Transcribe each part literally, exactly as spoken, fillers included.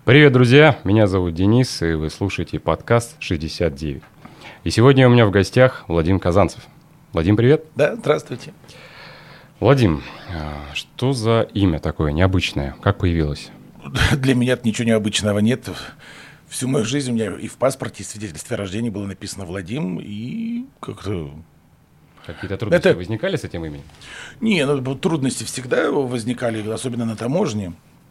Привет, друзья! Меня зовут Денис, и вы слушаете подкаст шестьдесят девять. И сегодня у меня в гостях Владимир Казанцев. Владимир, привет! Да, здравствуйте. Владимир, что за имя такое необычное? Как появилось? Для меня ничего необычного нет. Всю мою жизнь у меня и в паспорте, и в свидетельстве о рождении было написано Владим, и как-то... Какие-то трудности Это... возникали с этим именем? Не, ну, трудности всегда возникали, особенно на таможне.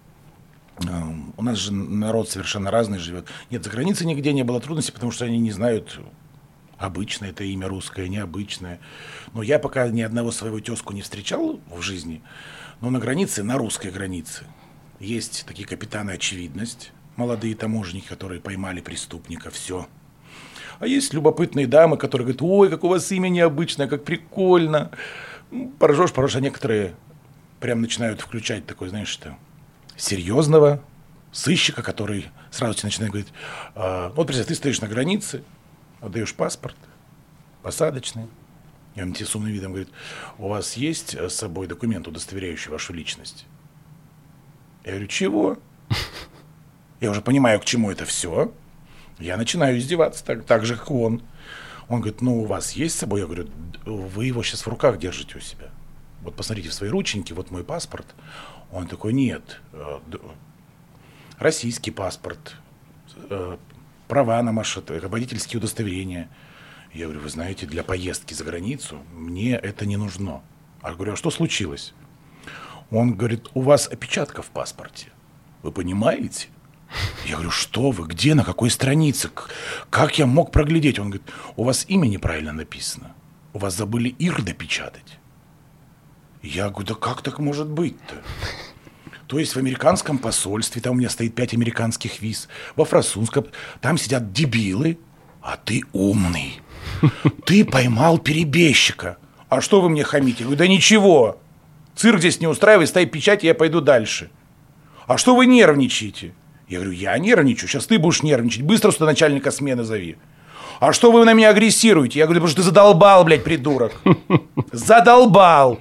У нас же народ совершенно разный живет. Нет, за границей нигде не было трудностей, потому что они не знают, обычное это имя русское, необычное. Но я пока ни одного своего тезку не встречал в жизни, но на границе, на русской границе, есть такие капитаны очевидность, молодые таможенники, которые поймали преступника, все. А есть любопытные дамы, которые говорят: ой, как у вас имя необычное, как прикольно. Поражешь, поражешь, а некоторые прям начинают включать такой, знаешь, что... серьезного сыщика, который сразу тебе начинает говорить: а, вот, представь, ты стоишь на границе, отдаешь паспорт, посадочный, и он тебе с умным видом говорит: у вас есть с собой документ, удостоверяющий вашу личность? Я говорю: чего? Я уже понимаю, к чему это все. Я начинаю издеваться так, так же, как он. Он говорит: ну, у вас есть с собой? Я говорю: вы его сейчас в руках держите у себя. Вот посмотрите в свои рученьки, вот мой паспорт. Он такой: нет, российский паспорт, права на машину, водительские удостоверения. Я говорю: вы знаете, для поездки за границу мне это не нужно. А я говорю: а что случилось? Он говорит: у вас опечатка в паспорте. Вы понимаете? Я говорю: что вы, где, на какой странице? Как я мог проглядеть? Он говорит: у вас имя неправильно написано. У вас забыли ир допечатать. Я говорю: да как так может быть-то? То есть в американском посольстве, там у меня стоит пять американских виз, во французском, там сидят дебилы, а ты умный. Ты поймал перебежчика. А что вы мне хамите? Я говорю: да ничего. Цирк здесь не устраивает, ставь печать, и я пойду дальше. А что вы нервничаете? Я говорю: я нервничаю, сейчас ты будешь нервничать. Быстро сюда начальника смены зови. А что вы на меня агрессируете? Я говорю: потому что ты задолбал, блядь, придурок. Задолбал.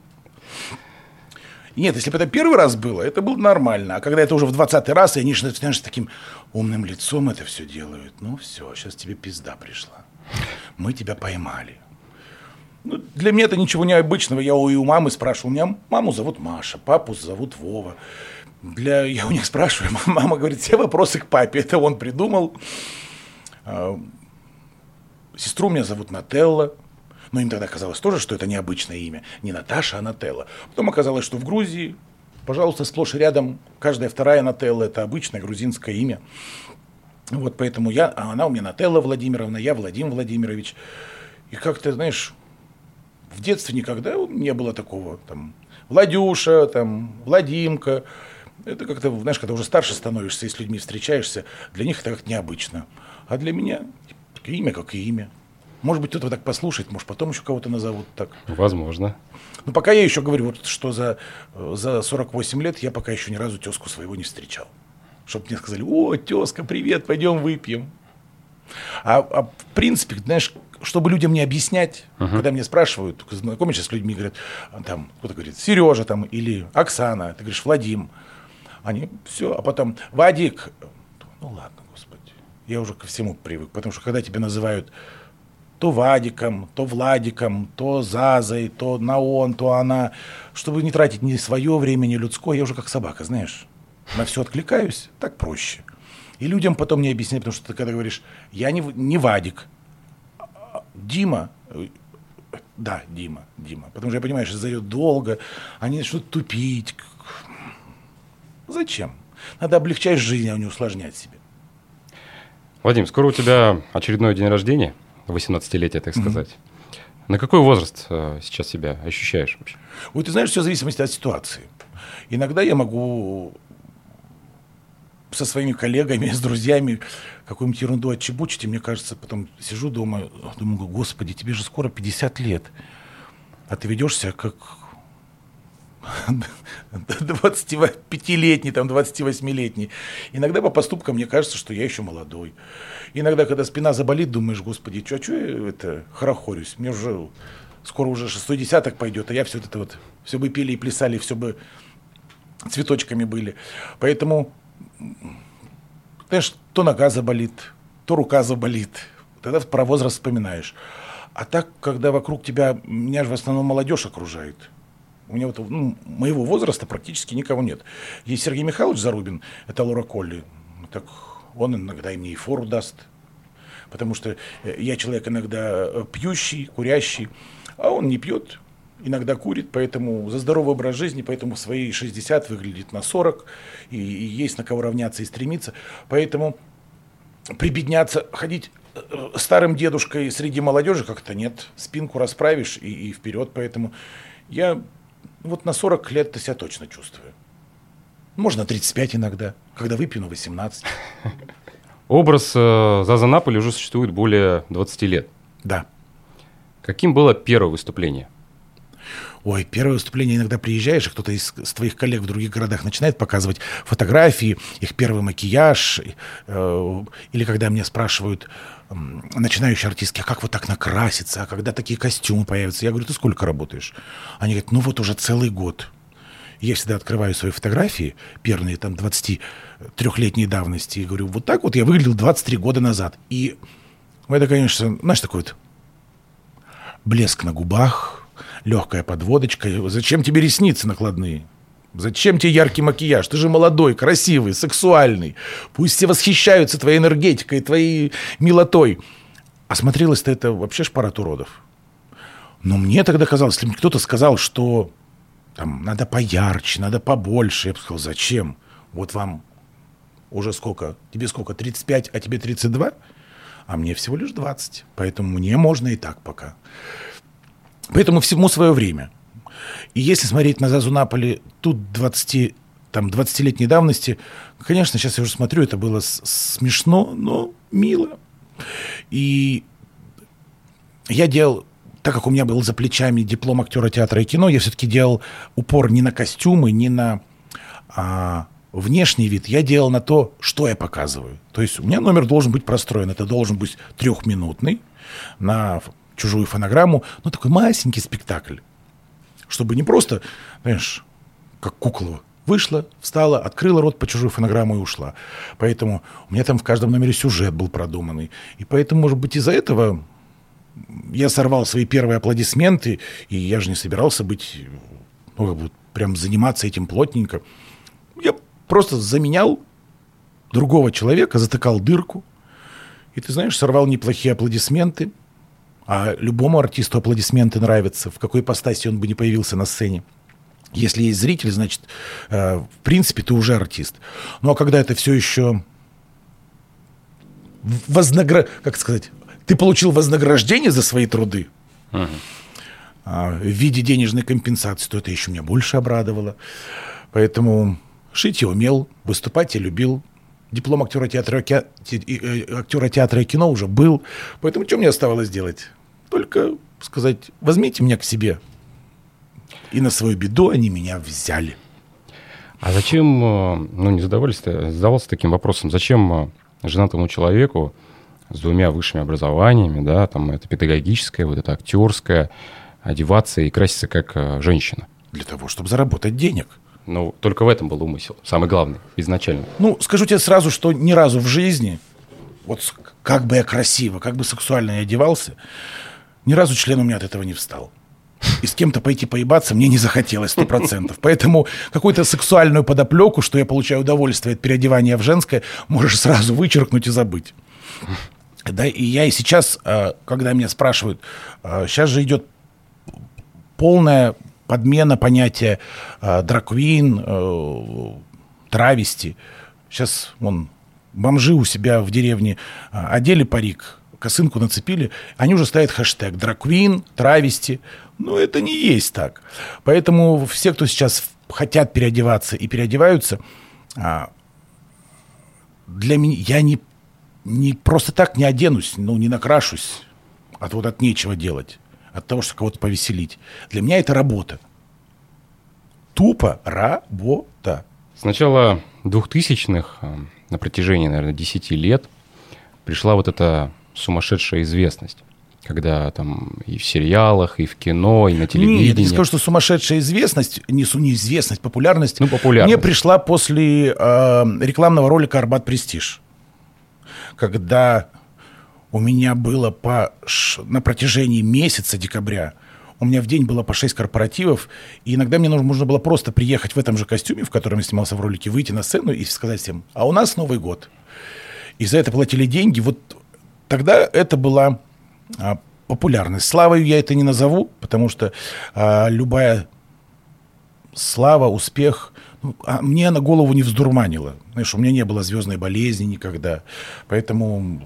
Нет, если бы это первый раз было, это было нормально. А когда это уже в двадцатый раз, и они, знаешь, с таким умным лицом это все делают. Ну все, сейчас тебе пизда пришла. Мы тебя поймали. Ну, для меня это ничего необычного. Я и у мамы спрашивал. У меня маму зовут Маша, папу зовут Вова. Для... Я у них спрашиваю. Мама говорит: все вопросы к папе. Это он придумал. Сестру меня зовут Нателла. Но им тогда казалось тоже, что это необычное имя. Не Наташа, а Нателла. Потом оказалось, что в Грузии, пожалуйста, сплошь и рядом каждая вторая Нателла – это обычное грузинское имя. Вот поэтому я, а она у меня Нателла Владимировна, я Владимир Владимирович. И как-то, знаешь, в детстве никогда не было такого. Там, Владюша, там, Владимка. Это как-то, знаешь, когда уже старше становишься и с людьми встречаешься, для них это как-то необычно. А для меня имя как и имя. Может быть, кто-то так послушает, может, потом еще кого-то назовут так. Возможно. Но пока я еще говорю, вот, что за, за сорок восемь лет я пока еще ни разу тезку своего не встречал. Чтобы мне сказали: о, тезка, привет, пойдем выпьем. А, а в принципе, знаешь, чтобы людям не объяснять, uh-huh. когда меня спрашивают, знакомишься с людьми, говорят, там, кто-то говорит: Сережа там, или Оксана, ты говоришь: Владим. Они все, а потом: Вадик. Ну ладно, господи, я уже ко всему привык, потому что когда тебя называют то Вадиком, то Владиком, то Зазой, то на он, то она. Чтобы не тратить ни свое время, ни людское, я уже как собака, знаешь. На все откликаюсь, так проще. И людям потом не объяснять, потому что ты когда говоришь: я не, не Вадик, Дима, да, Дима, Дима. Потому что я понимаю, что зайдет долго, они начнут тупить. Зачем? Надо облегчать жизнь, а не усложнять себе. Вадим, скоро у тебя очередной день рождения. восемнадцатилетие, так сказать. Mm-hmm. На какой возраст э, сейчас себя ощущаешь вообще? Вот ты знаешь, все в зависимости от ситуации. Иногда я могу со своими коллегами, с друзьями какую-нибудь ерунду отчебучить, и мне кажется, потом сижу дома, думаю: господи, тебе же скоро пятьдесят лет, а ты ведешь себя как двадцатипятилетний, там, двадцативосьмилетний. Иногда по поступкам мне кажется, что я еще молодой. Иногда, когда спина заболит, думаешь: господи, что, что я это хорохорюсь? Мне уже скоро уже шестой десяток пойдет, а я все это вот, все бы пели и плясали, все бы цветочками были. Поэтому знаешь, то нога заболит, то рука заболит. Тогда про возраст вспоминаешь. А так, когда вокруг тебя, меня же в основном молодежь окружает. У меня вот, ну, моего возраста практически никого нет. Есть Сергей Михайлович Зарубин, это Лора Колли. Так он иногда и мне и фору даст. Потому что я человек иногда пьющий, курящий, а он не пьет, иногда курит, поэтому за здоровый образ жизни, поэтому в свои шестьдесят выглядит на сорок, и, и есть на кого равняться и стремиться. Поэтому прибедняться, ходить старым дедушкой среди молодежи как-то нет. Спинку расправишь и, и вперед. Поэтому я вот на сорок лет-то себя точно чувствую. Можно тридцать пять иногда, когда выпью на восемнадцать. Образ э, Заза Наполи уже существует более двадцати лет. Да. Каким было первое выступление? Ой, первое выступление иногда приезжаешь, и кто-то из, из твоих коллег в других городах начинает показывать фотографии, их первый макияж. Э, или когда меня спрашивают э, начинающие артистки, а как вот так накраситься, а когда такие костюмы появятся? Я говорю, ты сколько работаешь? Они говорят, ну вот уже целый год. Я всегда открываю свои фотографии, первые там двадцатитрёхлетней давности, и говорю, вот так вот я выглядел двадцать три года назад. И это, конечно, знаешь, такой вот блеск на губах, легкая подводочка. Зачем тебе ресницы накладные? Зачем тебе яркий макияж? Ты же молодой, красивый, сексуальный. Пусть все восхищаются твоей энергетикой, твоей милотой. А смотрелось-то это вообще ж парад уродов. Но мне тогда казалось, если мне кто-то сказал, что там надо поярче, надо побольше, я бы сказал, зачем? Вот вам уже сколько? Тебе сколько? тридцать пять, а тебе тридцать два? А мне всего лишь двадцать. Поэтому мне можно и так пока. Поэтому всему свое время. И если смотреть на Зазу Наполи тут двадцати, там, двадцатилетней давности, конечно, сейчас я уже смотрю, это было с- смешно, но мило. И я делал, так как у меня был за плечами диплом актера театра и кино, я все-таки делал упор не на костюмы, не на а, внешний вид. Я делал на то, что я показываю. То есть у меня номер должен быть простроен. Это должен быть трехминутный на чужую фонограмму, но такой масенький спектакль. Чтобы не просто, знаешь, как кукла вышла, встала, открыла рот по чужую фонограмму и ушла. Поэтому у меня там в каждом номере сюжет был продуманный. И поэтому, может быть, из-за этого я сорвал свои первые аплодисменты, и я же не собирался быть, ну, как бы, прям заниматься этим плотненько. Я просто заменял другого человека, затыкал дырку, и, ты знаешь, сорвал неплохие аплодисменты. А любому артисту аплодисменты нравятся, в какой ипостаси он бы не появился на сцене. Если есть зритель, значит, э, в принципе, ты уже артист. Ну, а когда это все еще вознагра... как сказать, ты получил вознаграждение за свои труды uh-huh. э, в виде денежной компенсации, то это еще меня больше обрадовало. Поэтому шить я умел, выступать я любил. Диплом актера театра, актера театра и кино уже был. Поэтому что мне оставалось делать? Только сказать, возьмите меня к себе. И на свою беду они меня взяли. А зачем, ну не задавались, задавался таким вопросом, зачем женатому человеку с двумя высшими образованиями, да, там это педагогическое, вот это актерское, одеваться и краситься как женщина? Для того, чтобы заработать денег. Ну, только в этом был умысел, самый главный, изначально. Ну, скажу тебе сразу, что ни разу в жизни, вот как бы я красиво, как бы сексуально я одевался, ни разу член у меня от этого не встал. И с кем-то пойти поебаться мне не захотелось сто процентов. Поэтому какую-то сексуальную подоплеку, что я получаю удовольствие от переодевания в женское, можешь сразу вычеркнуть и забыть. Да, и я и сейчас, когда меня спрашивают, сейчас же идет полная подмена понятия э, драг-квин, э, травести. Сейчас вон, бомжи у себя в деревне э, одели парик, косынку нацепили, они уже ставят хэштег драг-квин, травести. Но это не есть так. Поэтому все, кто сейчас хотят переодеваться и переодеваются, э, для меня я не, не просто так не оденусь, ну, не накрашусь, от вот от нечего делать. От того, что кого-то повеселить. Для меня это работа. Тупо работа. С начала двухтысячных, на протяжении, наверное, десяти лет, пришла вот эта сумасшедшая известность. Когда там и в сериалах, и в кино, и на телевидении. Нет, я не скажу, что сумасшедшая известность, не неизвестность, популярность. Ну, популярность. Мне пришла после э, рекламного ролика «Арбат Престиж». когда у меня было по, на протяжении месяца декабря, у меня в день было по шесть корпоративов, и иногда мне нужно, нужно было просто приехать в этом же костюме, в котором я снимался в ролике, выйти на сцену и сказать всем: а у нас Новый год. И за это платили деньги. Вот тогда это была а, популярность. Славой я это не назову, потому что а, любая слава, успех, ну, а мне на голову не вздурманила. Знаешь, у меня не было звездной болезни никогда. Поэтому,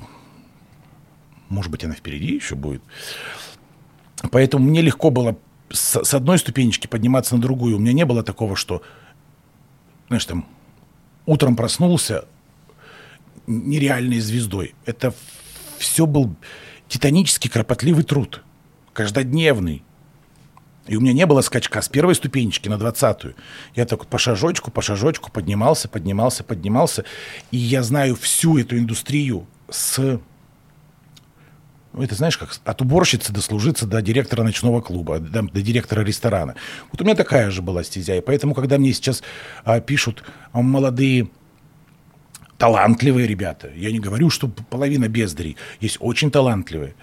может быть, она впереди еще будет. Поэтому мне легко было с, с одной ступенечки подниматься на другую. У меня не было такого, что, знаешь, там, утром проснулся нереальной звездой. Это все был титанический, кропотливый труд. Каждодневный. И у меня не было скачка с первой ступенечки на двадцатую. Я так вот по шажочку, по шажочку поднимался, поднимался, поднимался. И я знаю всю эту индустрию с... Это знаешь, как от уборщицы дослужиться до директора ночного клуба, до, до директора ресторана. Вот у меня такая же была стезя. И поэтому, когда мне сейчас а, пишут а, молодые, талантливые ребята, я не говорю, что половина бездарей, есть очень талантливые.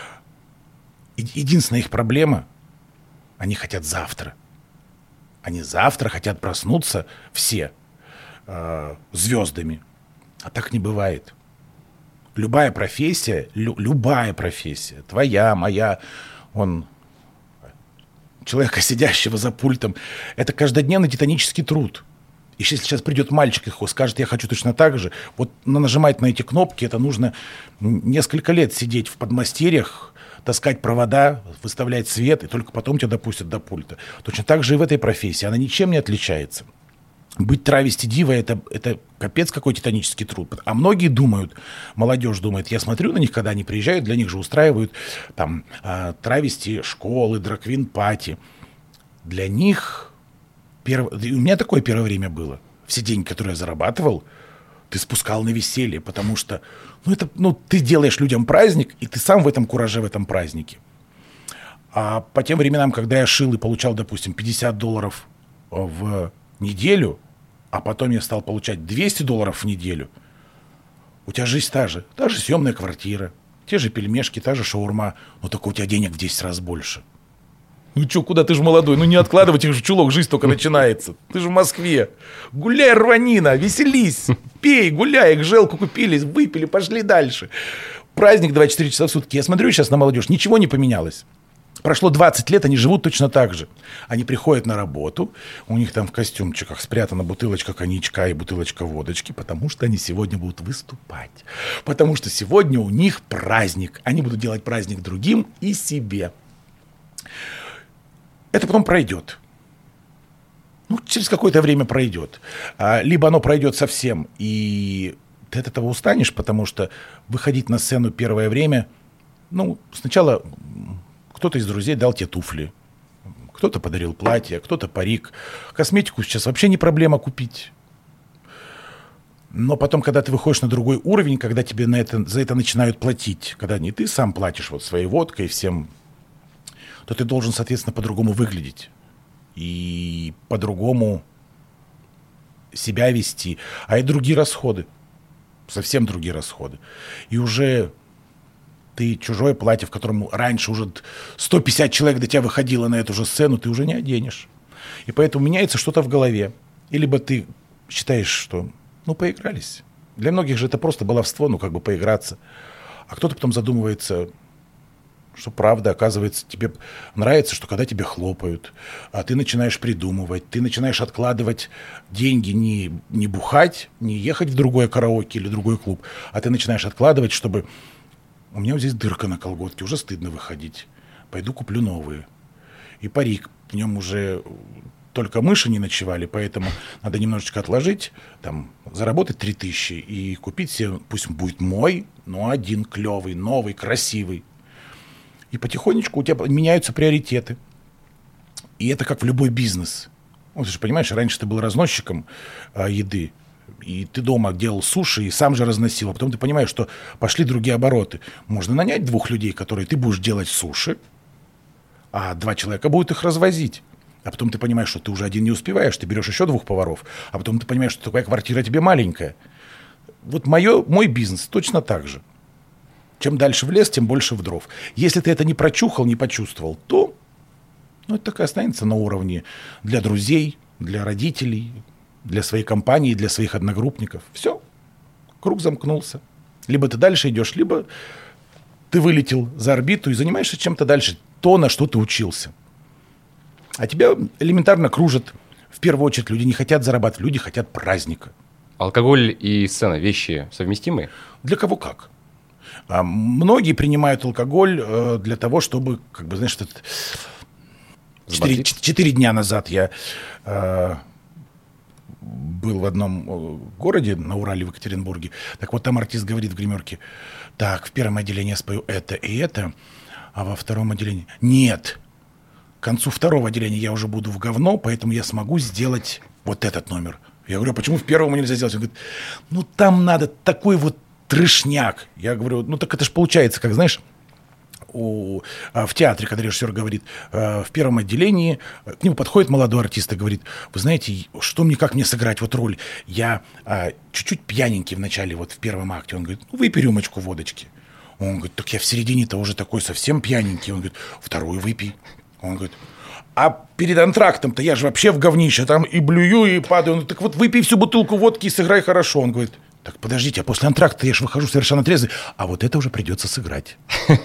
И, единственная их проблема, они хотят завтра. Они завтра хотят проснуться все а, звездами. А так не бывает. Любая профессия, лю, любая профессия, твоя, моя, он, человека, сидящего за пультом, это каждодневный титанический труд. И если сейчас придет мальчик и скажет: я хочу точно так же, вот нажимать на эти кнопки, это нужно несколько лет сидеть в подмастерьях, таскать провода, выставлять свет, и только потом тебя допустят до пульта. Точно так же и в этой профессии, она ничем не отличается. Быть травести-дивой это, — это капец какой титанический труд. А многие думают, молодежь думает, я смотрю на них, когда они приезжают, для них же устраивают там э, травести-школы, драг-квин-пати. Для них, перв... у меня такое первое время было. Все деньги, которые я зарабатывал, ты спускал на веселье, потому что ну, это, ну, ты делаешь людям праздник, и ты сам в этом кураже, в этом празднике. А по тем временам, когда я шил и получал, допустим, пятьдесят долларов в неделю, а потом я стал получать двести долларов в неделю, у тебя жизнь та же. Та же съемная квартира, те же пельмешки, та же шаурма, но только у тебя денег в десять раз больше. Ну что, куда, ты же молодой, ну не откладывайте их в чулок, жизнь только начинается. Ты же в Москве. Гуляй, рванина, веселись, пей, гуляй, их желку купили, выпили, пошли дальше. Праздник двадцать четыре часа в сутки. Я смотрю сейчас на молодежь, ничего не поменялось. Прошло двадцать лет, они живут точно так же. Они приходят на работу, у них там в костюмчиках спрятана бутылочка коньячка и бутылочка водочки, потому что они сегодня будут выступать. Потому что сегодня у них праздник. Они будут делать праздник другим и себе. Это потом пройдет. Ну, через какое-то время пройдет. Либо оно пройдет совсем, и ты от этого устанешь, потому что выходить на сцену первое время, ну, сначала... Кто-то из друзей дал тебе туфли, кто-то подарил платье, кто-то парик. Косметику сейчас вообще не проблема купить. Но потом, когда ты выходишь на другой уровень, когда тебе на это, за это начинают платить, когда не ты сам платишь вот своей водкой всем, то ты должен, соответственно, по-другому выглядеть. И по-другому себя вести. А и другие расходы. Совсем другие расходы. И уже... Ты чужое платье, в котором раньше уже сто пятьдесят человек до тебя выходило на эту же сцену, ты уже не оденешь. И поэтому меняется что-то в голове. И либо ты считаешь, что ну поигрались. Для многих же это просто баловство, ну как бы поиграться. А кто-то потом задумывается, что правда, оказывается, тебе нравится, что когда тебе хлопают, а ты начинаешь придумывать, ты начинаешь откладывать деньги, не, не бухать, не ехать в другое караоке или другой клуб, а ты начинаешь откладывать, чтобы... У меня вот здесь дырка на колготке, уже стыдно выходить. Пойду куплю новые. И парик, в нем уже только мыши не ночевали, поэтому надо немножечко отложить, там, заработать три тысячи и купить себе, пусть будет мой, но один клевый, новый, красивый. И потихонечку у тебя меняются приоритеты. И это как в любой бизнес. Ну, ты же понимаешь, раньше ты был разносчиком а, еды, и ты дома делал суши и сам же разносил. А потом ты понимаешь, что пошли другие обороты. Можно нанять двух людей, которые ты будешь делать суши, а два человека будут их развозить. А потом ты понимаешь, что ты уже один не успеваешь, ты берешь еще двух поваров. А потом ты понимаешь, что такая квартира тебе маленькая. вот мое, мой бизнес точно так же. Чем дальше в лес, тем больше в дров. Если ты это не прочухал, не почувствовал, то ну, это так и останется на уровне для друзей, для родителей, для своей компании, для своих одногруппников. Все, круг замкнулся. Либо ты дальше идешь, либо ты вылетел за орбиту и занимаешься чем-то дальше, то, на что ты учился. А тебя элементарно кружат. В первую очередь люди не хотят зарабатывать, люди хотят праздника. Алкоголь и сцена – вещи совместимые? Для кого как. А многие принимают алкоголь э, для того, чтобы, как бы, знаешь, этот... Четыре, четыре дня назад я э, был в одном городе на Урале, в Екатеринбурге. Так вот, там артист говорит в гримерке: так, в первом отделении я спою это и это, а во втором отделении нет. К концу второго отделения я уже буду в говно, поэтому я смогу сделать вот этот номер. Я говорю: а почему в первом нельзя сделать? Он говорит: ну там надо такой вот трешняк. Я говорю: ну так это же получается, как, знаешь, У, а, в театре, когда режиссер говорит, а, в первом отделении, к нему подходит молодой артист и говорит: вы знаете, что мне, как мне сыграть вот роль? Я а, чуть-чуть пьяненький в начале, вот в первом акте. Он говорит: ну, выпей рюмочку водочки. Он говорит: так я в середине-то уже такой совсем пьяненький. Он говорит: вторую выпей. Он говорит: а перед антрактом-то я же вообще в говнище, там и блюю, и падаю. Ну, так вот выпей всю бутылку водки и сыграй хорошо. Он говорит: так подождите, а после антракта я же выхожу совершенно трезвый, а вот это уже придется сыграть.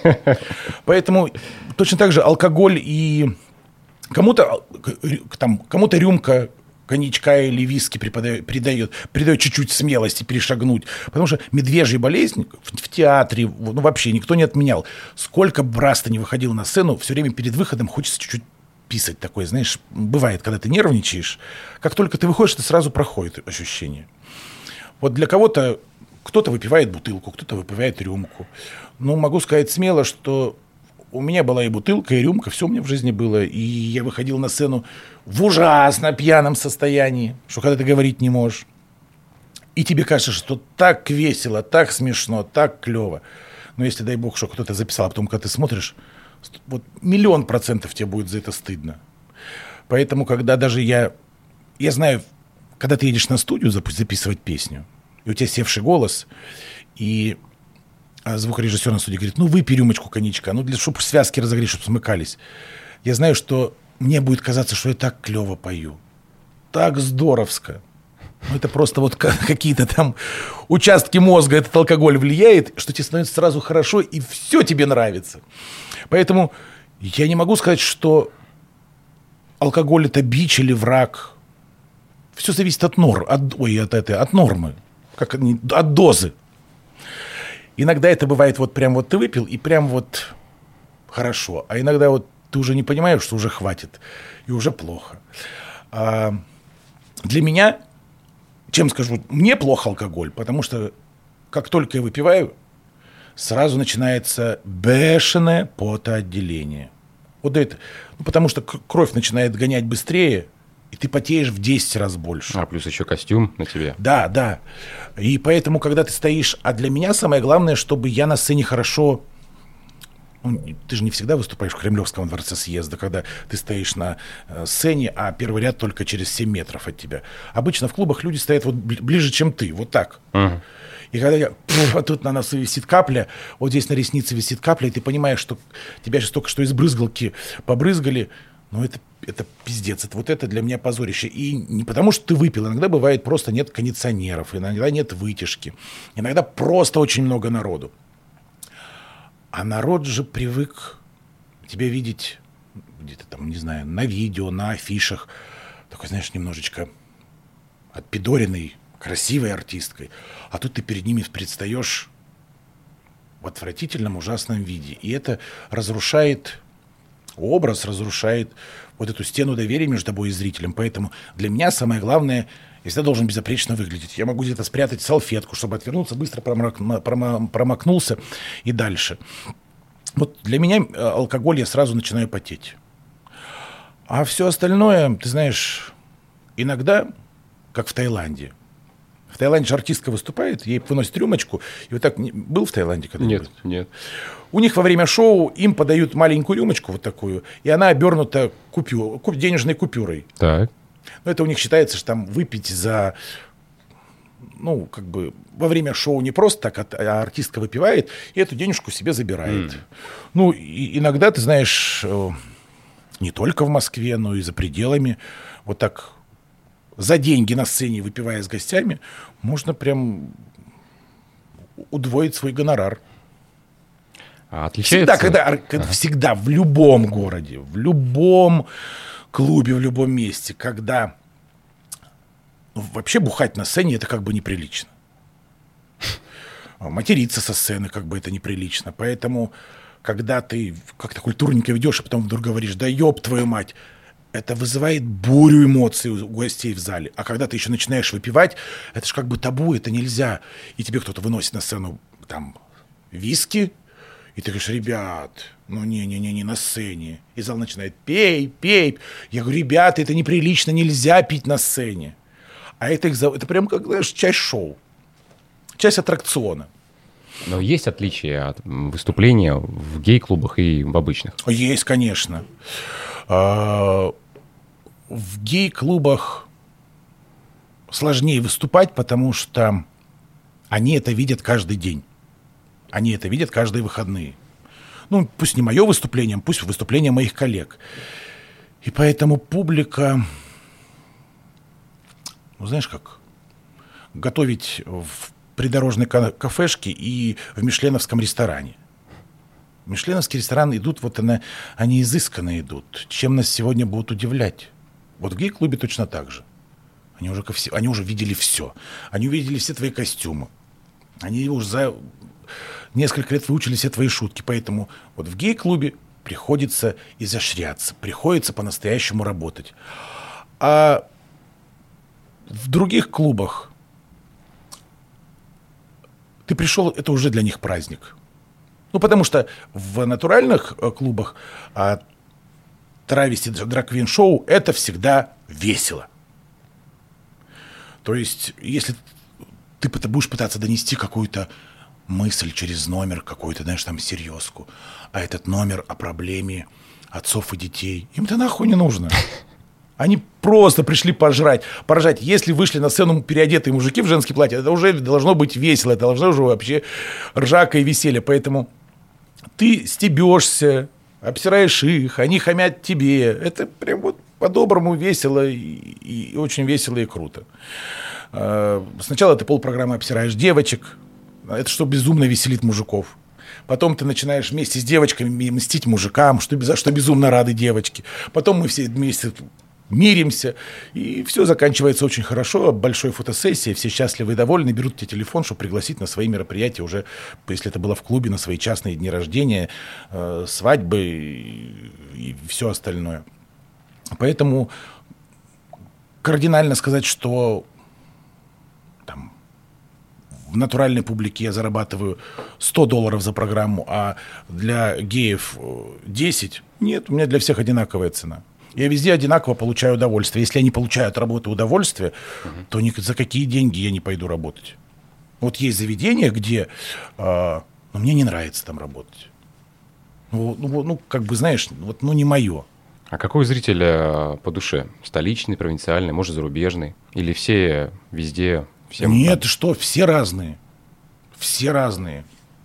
Поэтому точно так же алкоголь и кому-то там, кому-то рюмка коньячка или виски придает, придает, придает чуть-чуть смелости перешагнуть. Потому что медвежья болезнь в, в театре, ну вообще никто не отменял. Сколько бы раз ты не выходил на сцену, все время перед выходом хочется чуть-чуть писать такое, знаешь, бывает, когда ты нервничаешь. Как только ты выходишь, это сразу проходит ощущение. Вот для кого-то, кто-то выпивает бутылку, кто-то выпивает рюмку. Ну, могу сказать смело, что у меня была и бутылка, и рюмка, все у меня в жизни было. И я выходил на сцену в ужасно пьяном состоянии, что когда ты говорить не можешь. И тебе кажется, что так весело, так смешно, так клево. Но если, дай бог, что кто-то записал, а потом, когда ты смотришь, вот миллион процентов тебе будет за это стыдно. Поэтому, когда даже я... Я знаю... Когда ты едешь на студию записывать песню, и у тебя севший голос, и звукорежиссер на студии говорит: ну, выпей рюмочку коньячка, ну, для, чтобы связки разогреть, чтобы смыкались. Я знаю, что мне будет казаться, что я так клево пою, так здоровско. Ну, это просто вот какие-то там участки мозга этот алкоголь влияет, что тебе становится сразу хорошо, и все тебе нравится. Поэтому я не могу сказать, что алкоголь — это бич или враг. Все зависит от нор, от, ой, от, этой, от нормы, как, от дозы. Иногда это бывает вот прям вот ты выпил, и прям вот хорошо. А иногда вот ты уже не понимаешь, что уже хватит, и уже плохо. А для меня, чем скажу, мне плохо алкоголь, потому что как только я выпиваю, сразу начинается бешеное потоотделение. Вот это, ну, потому что кровь начинает гонять быстрее, и ты потеешь в десять раз больше. А, плюс еще костюм на тебе. Да, да. И поэтому, когда ты стоишь... А для меня самое главное, чтобы я на сцене хорошо... Ну, ты же не всегда выступаешь в Кремлевском дворце съезда, когда ты стоишь на э, сцене, а первый ряд только через семь метров от тебя. Обычно в клубах люди стоят вот ближе, чем ты, вот так. Uh-huh. И когда я... Пфф, а тут на носу висит капля, вот здесь на реснице висит капля, и ты понимаешь, что тебя сейчас только что из брызгалки побрызгали. Ну, это, это пиздец, это, вот это для меня позорище. И не потому, что ты выпил, иногда бывает просто нет кондиционеров, иногда нет вытяжки, иногда просто очень много народу. А народ же привык тебя видеть где-то там, не знаю, на видео, на афишах, такой, знаешь, немножечко отпидоренной, красивой артисткой. А тут ты перед ними предстаешь в отвратительном, ужасном виде. И это разрушает... Образ разрушает вот эту стену доверия между тобой и зрителем. Поэтому для меня самое главное, я всегда должен безупречно выглядеть. Я могу где-то спрятать салфетку, чтобы отвернуться, быстро промок, промокнулся и дальше. Вот для меня алкоголь, я сразу начинаю потеть. А все остальное, ты знаешь, иногда, как в Таиланде. В Таиланде же артистка выступает, ей выносят рюмочку. И вот так был в Таиланде когда-нибудь? Нет, нет. У них во время шоу им подают маленькую рюмочку вот такую, и она обернута купю, денежной купюрой. Так. Но это у них считается, что там выпить за ну, как бы во время шоу не просто так, а артистка выпивает и эту денежку себе забирает. Mm. Ну, и иногда, ты знаешь, не только в Москве, но и за пределами, вот так за деньги на сцене, выпивая с гостями, можно прям удвоить свой гонорар. А отличается? Всегда, когда, когда, ага. всегда в любом городе, в любом клубе, в любом месте, когда вообще бухать на сцене, это как бы неприлично. Материться со сцены, как бы это неприлично. Поэтому, когда ты как-то культурненько ведешь, а потом вдруг говоришь, да ёб твою мать, это вызывает бурю эмоций у гостей в зале. А когда ты еще начинаешь выпивать, это же как бы табу, это нельзя. И тебе кто-то выносит на сцену там виски, и ты говоришь, ребят, ну не-не-не, не на сцене. И зал начинает, пей, пей. Я говорю, ребята, это неприлично, нельзя пить на сцене. А это, их, это прям как, знаешь, часть шоу, часть аттракциона. Но есть отличия от выступления в гей-клубах и в обычных? Есть, конечно. В гей-клубах сложнее выступать, потому что они это видят каждый день. Они это видят каждые выходные. Ну, пусть не мое выступление, пусть выступление моих коллег. И поэтому публика, ну, знаешь как, готовить в придорожной кафешке и в мишленовском ресторане. В мишленовский ресторан идут, вот она, они изысканно идут. Чем нас сегодня будут удивлять? Вот в гей-клубе точно так же. Они уже, они уже видели все. Они увидели все твои костюмы. Они уже за несколько лет выучили все твои шутки. Поэтому вот в гей-клубе приходится изощряться, приходится по-настоящему работать. А в других клубах ты пришел, это уже для них праздник. Ну, потому что в натуральных клубах а, травести драг-квин-шоу это всегда весело. То есть, если ты будешь пытаться донести какую-то мысль через номер, какую-то, знаешь, там, серьезку, а этот номер о проблеме отцов и детей, им-то нахуй не нужно. Они просто пришли пожрать, поржать. Если вышли на сцену переодетые мужики в женские платья, это уже должно быть весело, это должно уже вообще ржака и веселье. Поэтому ты стебешься, обсираешь их, они хамят тебе. Это прям вот по-доброму весело и, и очень весело и круто. Сначала ты полпрограммы обсираешь девочек, это что безумно веселит мужиков. Потом ты начинаешь вместе с девочками мстить мужикам, что, за что безумно рады девочки. Потом мы все вместе миримся, и все заканчивается очень хорошо, большой фотосессией, все счастливы и довольны, берут тебе телефон, чтобы пригласить на свои мероприятия уже, если это было в клубе, на свои частные дни рождения, э, свадьбы и, и все остальное. Поэтому кардинально сказать, что там, в натуральной публике я зарабатываю сто долларов за программу, а для геев десять, нет, у меня для всех одинаковая цена. Я везде одинаково получаю удовольствие. Если я не получаю от работы удовольствие, uh-huh. то ни за какие деньги я не пойду работать. Вот есть заведения, где э, ну, мне не нравится там работать. Ну, ну, ну, как бы, знаешь, вот, ну, не мое. А какой зритель э, по душе? Столичный, провинциальный, может, зарубежный? Или все везде? Всем Нет, там... что, все разные. Все разные.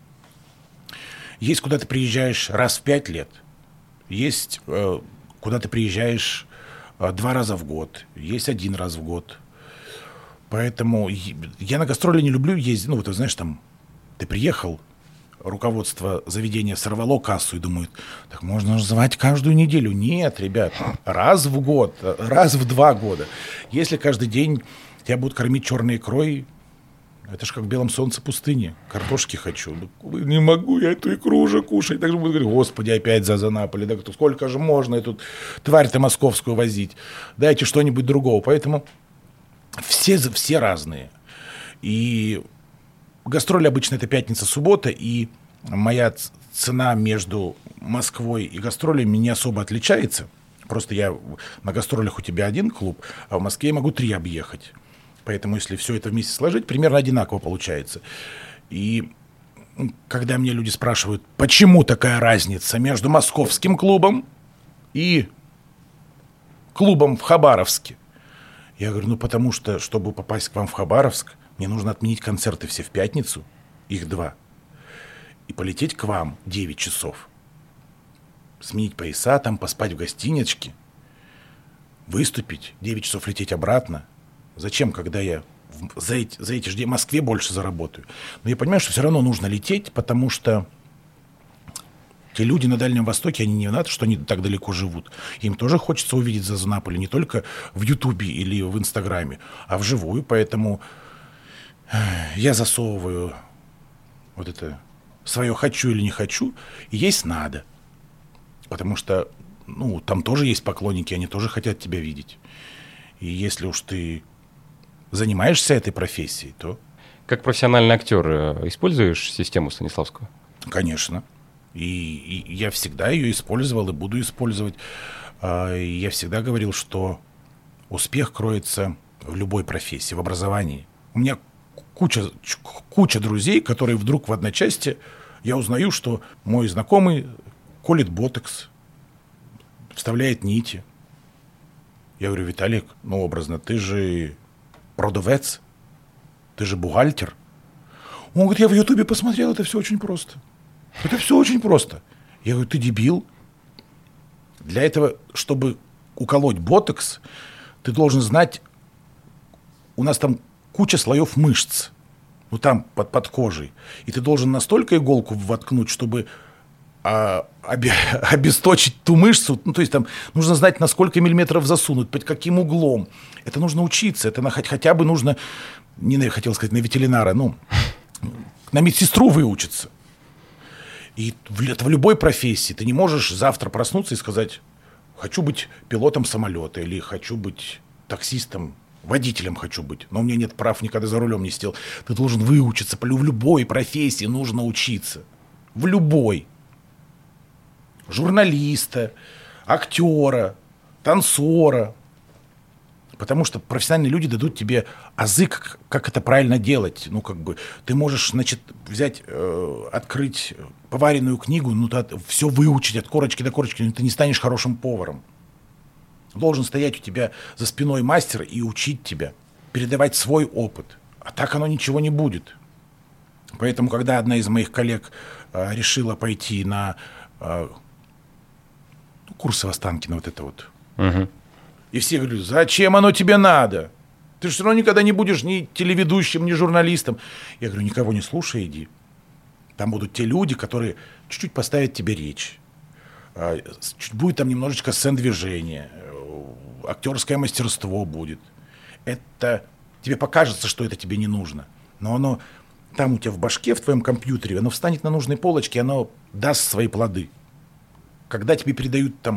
Есть, куда ты приезжаешь раз в пять лет. Есть... Э, куда ты приезжаешь а, два раза в год, есть один раз в год. Поэтому я на гастроли не люблю ездить. Ну, вот, знаешь, там, ты приехал, руководство заведения сорвало кассу и думает, так можно же звать каждую неделю. Нет, ребят, раз в год, раз в два года. Если каждый день тебя будут кормить черной икрой, это же как в белом солнце пустыни. Картошки хочу. Не могу я эту икру уже кушать. Так же буду говорить, господи, опять за Наполи. Да сколько же можно эту тварь-то московскую возить? Дайте что-нибудь другого. Поэтому все, все разные. И гастроли обычно это пятница-суббота. И моя цена между Москвой и гастролями не особо отличается. Просто я на гастролях у тебя один клуб, а в Москве я могу три объехать. Поэтому, если все это вместе сложить, примерно одинаково получается. И когда мне люди спрашивают, почему такая разница между московским клубом и клубом в Хабаровске, я говорю, ну потому что, чтобы попасть к вам в Хабаровск, Мне нужно отменить концерты все в пятницу, их два, и полететь к вам девять часов. Сменить пояса, там поспать в гостиничке, выступить, девять часов лететь обратно. Зачем, когда я в, за, эти, за эти же дни в Москве больше заработаю? Но я понимаю, что все равно нужно лететь, потому что те люди на Дальнем Востоке, они не виноваты, что они так далеко живут. Им тоже хочется увидеть Зазу-Наполи не только в Ютубе или в Инстаграме, а вживую. Поэтому я засовываю вот это свое «хочу» или «не хочу», и есть «надо». Потому что, ну, там тоже есть поклонники, они тоже хотят тебя видеть. И если уж ты занимаешься этой профессией, то... Как профессиональный актер используешь систему Станиславского? Конечно. И, и я всегда ее использовал и буду использовать. И я всегда говорил, что успех кроется в любой профессии, в образовании. У меня куча, куча друзей, которые вдруг в одночасье я узнаю, что мой знакомый колет ботокс, вставляет нити. Я говорю: Виталик, ну образно, ты же продавец, ты же бухгалтер. Он говорит: я в Ютубе посмотрел, это все очень просто. Это все очень просто. Я говорю: ты дебил. Для этого, чтобы уколоть ботокс, ты должен знать, у нас там куча слоев мышц, ну там под, под кожей. И ты должен настолько иголку воткнуть, чтобы а, обе, обесточить ту мышцу. Ну, то есть там нужно знать, на сколько миллиметров засунуть, под каким углом. Это нужно учиться. Это на, хотя бы нужно, не на, хотел сказать, на ветеринара, ну, на медсестру выучиться. И в, это в любой профессии. Ты не можешь завтра проснуться и сказать: хочу быть пилотом самолета или хочу быть таксистом, водителем хочу быть, но у меня нет прав, никогда за рулем не сидел. Ты должен выучиться. В любой профессии нужно учиться. В любой. Журналиста, актера, танцора. Потому что профессиональные люди дадут тебе азы, как, как это правильно делать. Ну, как бы, ты можешь, значит, взять, э, открыть поваренную книгу, ну, да, все выучить от корочки до корочки, но ты не станешь хорошим поваром. Должен стоять у тебя за спиной мастер и учить тебя, передавать свой опыт. А так оно ничего не будет. Поэтому, когда одна из моих коллег э, решила пойти на э, ну, курсы Останкина, вот это вот, угу. И все говорят: зачем оно тебе надо? Ты же все равно никогда не будешь ни телеведущим, ни журналистом. Я говорю: никого не слушай, иди. Там будут те люди, которые чуть-чуть поставят тебе речь. Чуть будет там немножечко сцен-движения. Актерское мастерство будет. Это тебе покажется, что это тебе не нужно. Но оно там у тебя в башке, в твоем компьютере, оно встанет на нужной полочке, оно даст свои плоды. Когда тебе передают там...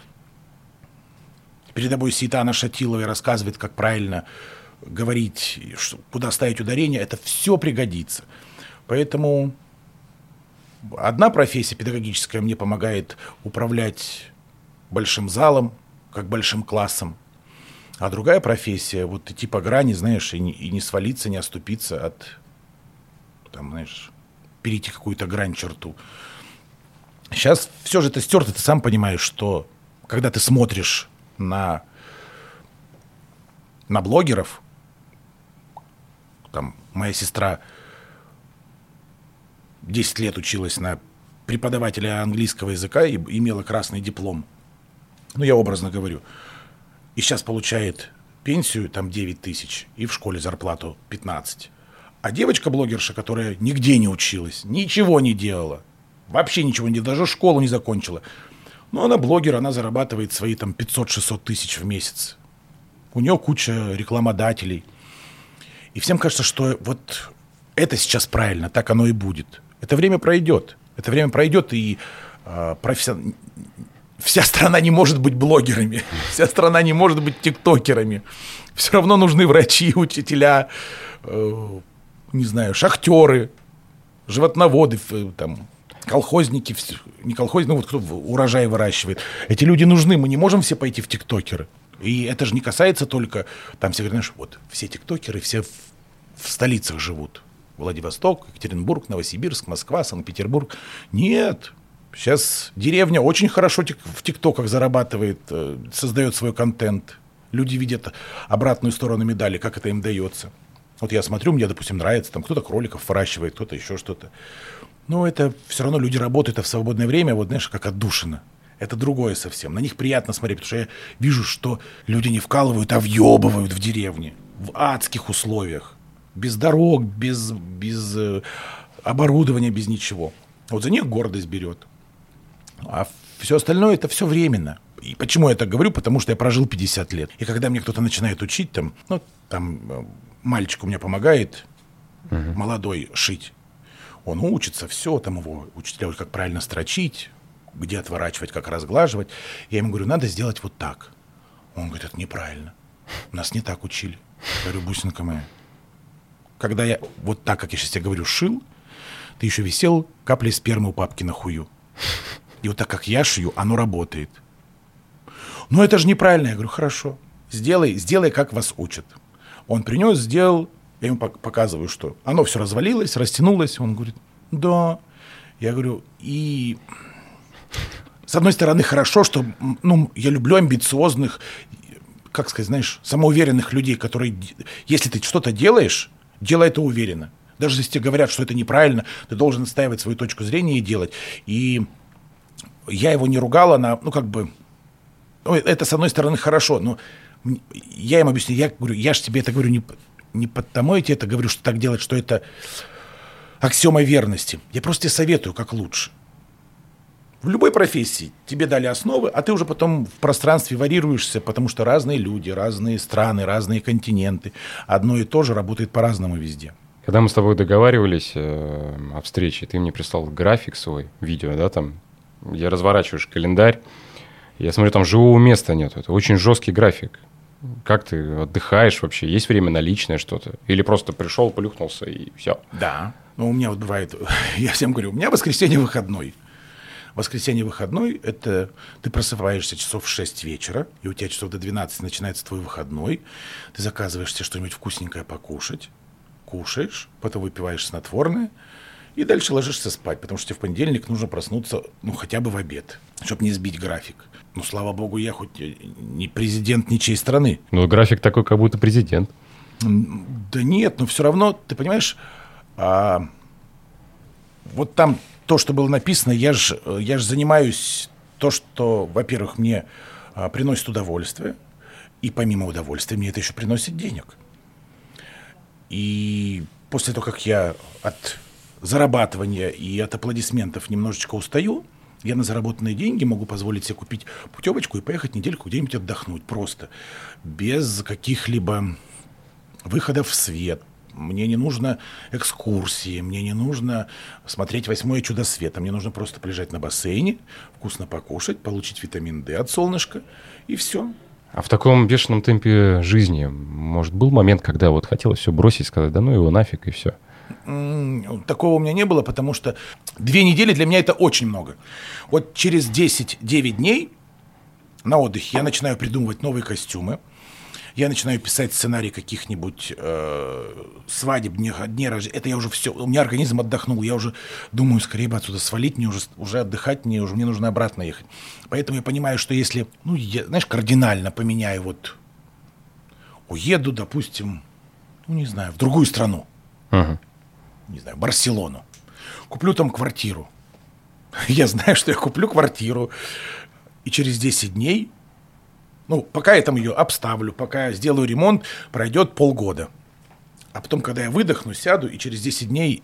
Перед тобой Сейтана Шатилова рассказывает, как правильно говорить, куда ставить ударение. Это все пригодится. Поэтому одна профессия педагогическая мне помогает управлять большим залом, как большим классом. А другая профессия, вот идти по грани, знаешь, и не, и не свалиться, не оступиться от, там, знаешь, перейти какую-то грань, черту. Сейчас все же это стерто, ты сам понимаешь, что когда ты смотришь на, на блогеров, там моя сестра десять лет училась на преподавателя английского языка и имела красный диплом. Ну, я образно говорю. И сейчас получает пенсию там девять тысяч и в школе зарплату пятнадцать. А девочка-блогерша, которая нигде не училась, ничего не делала, вообще ничего не делала, даже школу не закончила, но она блогер, она зарабатывает свои там пятьсот-шестьсот тысяч в месяц. У нее куча рекламодателей. И всем кажется, что вот это сейчас правильно, так оно и будет. Это время пройдет. Это время пройдет, и э, профессион... вся страна не может быть блогерами. Вся страна не может быть тиктокерами. Все равно нужны врачи, учителя, э, не знаю, шахтеры, животноводы, там... колхозники, не колхозники, ну вот кто урожай выращивает. Эти люди нужны, мы не можем все пойти в тиктокеры. И это же не касается только, там все говорят, знаешь, вот все тиктокеры, все в, в столицах живут. Владивосток, Екатеринбург, Новосибирск, Москва, Санкт-Петербург. Нет, сейчас деревня очень хорошо в тиктоках зарабатывает, создает свой контент. Люди видят обратную сторону медали, как это им дается. Вот я смотрю, мне, допустим, нравится, там кто-то кроликов выращивает, кто-то еще что-то. Но это все равно люди работают, а в свободное время, вот знаешь, как отдушина. Это другое совсем. На них приятно смотреть, потому что я вижу, что люди не вкалывают, а въебывают в деревне. В адских условиях. Без дорог, без, без э, оборудования, без ничего. Вот за них гордость берет. А все остальное это все временно. И почему я так говорю? Потому что я прожил пятьдесят лет. И когда мне кто-то начинает учить, там, ну, там мальчик у меня помогает, uh-huh. молодой, шить. Он учится, все, там его учителя, как правильно строчить, где отворачивать, как разглаживать. Я ему говорю, надо сделать вот так. Он говорит, это неправильно. Нас не так учили. Я говорю, бусинка моя, когда я вот так, как я сейчас тебе говорю, шил, ты еще висел каплей спермы у папки на хую. И вот так, как я шью, оно работает. Но это же неправильно. Я говорю, хорошо, сделай, сделай, как вас учат. Он принес, сделал, я ему показываю, что оно все развалилось, растянулось. Он говорит, да. Я говорю, и с одной стороны, хорошо, что, ну, я люблю амбициозных, как сказать, знаешь, самоуверенных людей, которые, если ты что-то делаешь, делай это уверенно. Даже если тебе говорят, что это неправильно, ты должен отстаивать свою точку зрения и делать. И я его не ругала, она, ну, как бы, ну, это, с одной стороны, хорошо, но я им объясню, я говорю, я же тебе это говорю не, не потому, я тебе это говорю, что так делать, что это аксиома верности. Я просто тебе советую, как лучше. В любой профессии тебе дали основы, а ты уже потом в пространстве варьируешься, потому что разные люди, разные страны, разные континенты. Одно и то же работает по-разному везде. Когда мы с тобой договаривались э, о встрече, ты мне прислал график свой, видео, да, там, где разворачиваешь календарь. Я смотрю, там живого места нет. Это очень жесткий график. Как ты отдыхаешь вообще? Есть время на личное что-то? Или просто пришел, плюхнулся и все? Да. Ну, у меня вот бывает, я всем говорю, у меня воскресенье выходной. Воскресенье выходной – это ты просыпаешься часов в шесть вечера, и у тебя часов до двенадцати начинается твой выходной. Ты заказываешь себе что-нибудь вкусненькое покушать, кушаешь, потом выпиваешь снотворное, и дальше ложишься спать, потому что тебе в понедельник нужно проснуться, ну, хотя бы в обед, чтобы не сбить график. Ну, слава богу, я хоть не президент ничьей страны. Ну, график такой, как будто президент. Да нет, но все равно, ты понимаешь, а, вот там то, что было написано, я же я ж занимаюсь то, что, во-первых, мне а, приносит удовольствие, и помимо удовольствия мне это еще приносит денег. И после того, как я от зарабатывания и от аплодисментов немножечко устаю, я на заработанные деньги могу позволить себе купить путевочку и поехать недельку где-нибудь отдохнуть просто, без каких-либо выходов в свет. Мне не нужно экскурсии, мне не нужно смотреть «Восьмое чудо света», мне нужно просто полежать на бассейне, вкусно покушать, получить витамин D от солнышка, и все. А в таком бешеном темпе жизни, может, был момент, когда вот хотелось все бросить, сказать, да ну его нафиг, и все? Такого у меня не было, потому что две недели для меня это очень много. Вот через десять-девять дней на отдыхе я начинаю придумывать новые костюмы, я начинаю писать сценарий каких-нибудь э, свадеб, дней, дней рождения. Это я уже все, у меня организм отдохнул, я уже думаю, скорее бы отсюда свалить, мне уже, уже отдыхать, мне уже мне нужно обратно ехать. Поэтому я понимаю, что если, ну, я, знаешь, кардинально поменяю, вот, уеду, допустим, ну, не знаю, в другую страну, uh-huh. не знаю, Барселону, куплю там квартиру. Я знаю, что я куплю квартиру, и через десять дней, ну, пока я там ее обставлю, пока я сделаю ремонт, пройдет полгода. А потом, когда я выдохну, сяду, и через десять дней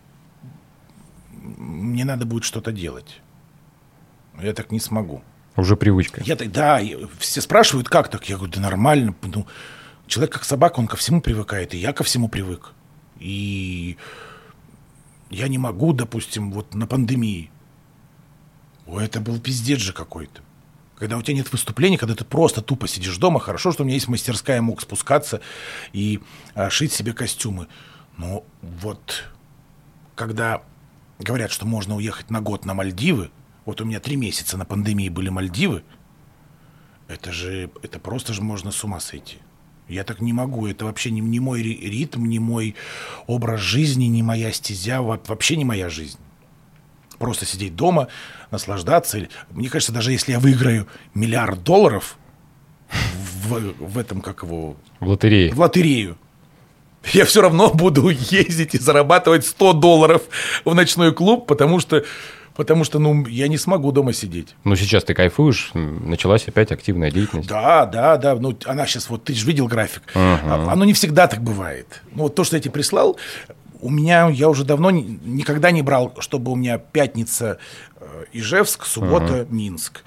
мне надо будет что-то делать. Я так не смогу. Уже привычка. Я так, да, все спрашивают, как так? Я говорю, да нормально. Ну, человек как собака, он ко всему привыкает, и я ко всему привык. И я не могу, допустим, вот на пандемии. О, это был пиздец же какой-то. Когда у тебя нет выступлений, когда ты просто тупо сидишь дома, хорошо, что у меня есть мастерская, я мог спускаться и а, шить себе костюмы. Но вот когда говорят, что можно уехать на год на Мальдивы, вот у меня три месяца на пандемии были Мальдивы, это же, это просто же можно с ума сойти. Я так не могу, это вообще не, не мой ритм, не мой образ жизни, не моя стезя, вообще не моя жизнь. Просто сидеть дома, наслаждаться. Мне кажется, даже если я выиграю миллиард долларов в, в этом, как его... В лотерее. В лотерею. я все равно буду ездить и зарабатывать сто долларов в ночной клуб, потому что, потому что ну, я не смогу дома сидеть. Ну, сейчас ты кайфуешь, началась опять активная деятельность. Да, да, да. Ну, она сейчас, вот ты же видел график. Uh-huh. Оно не всегда так бывает. Ну, вот то, что я тебе прислал, у меня, я уже давно не, никогда не брал, чтобы у меня пятница Ижевск, суббота uh-huh. Минск.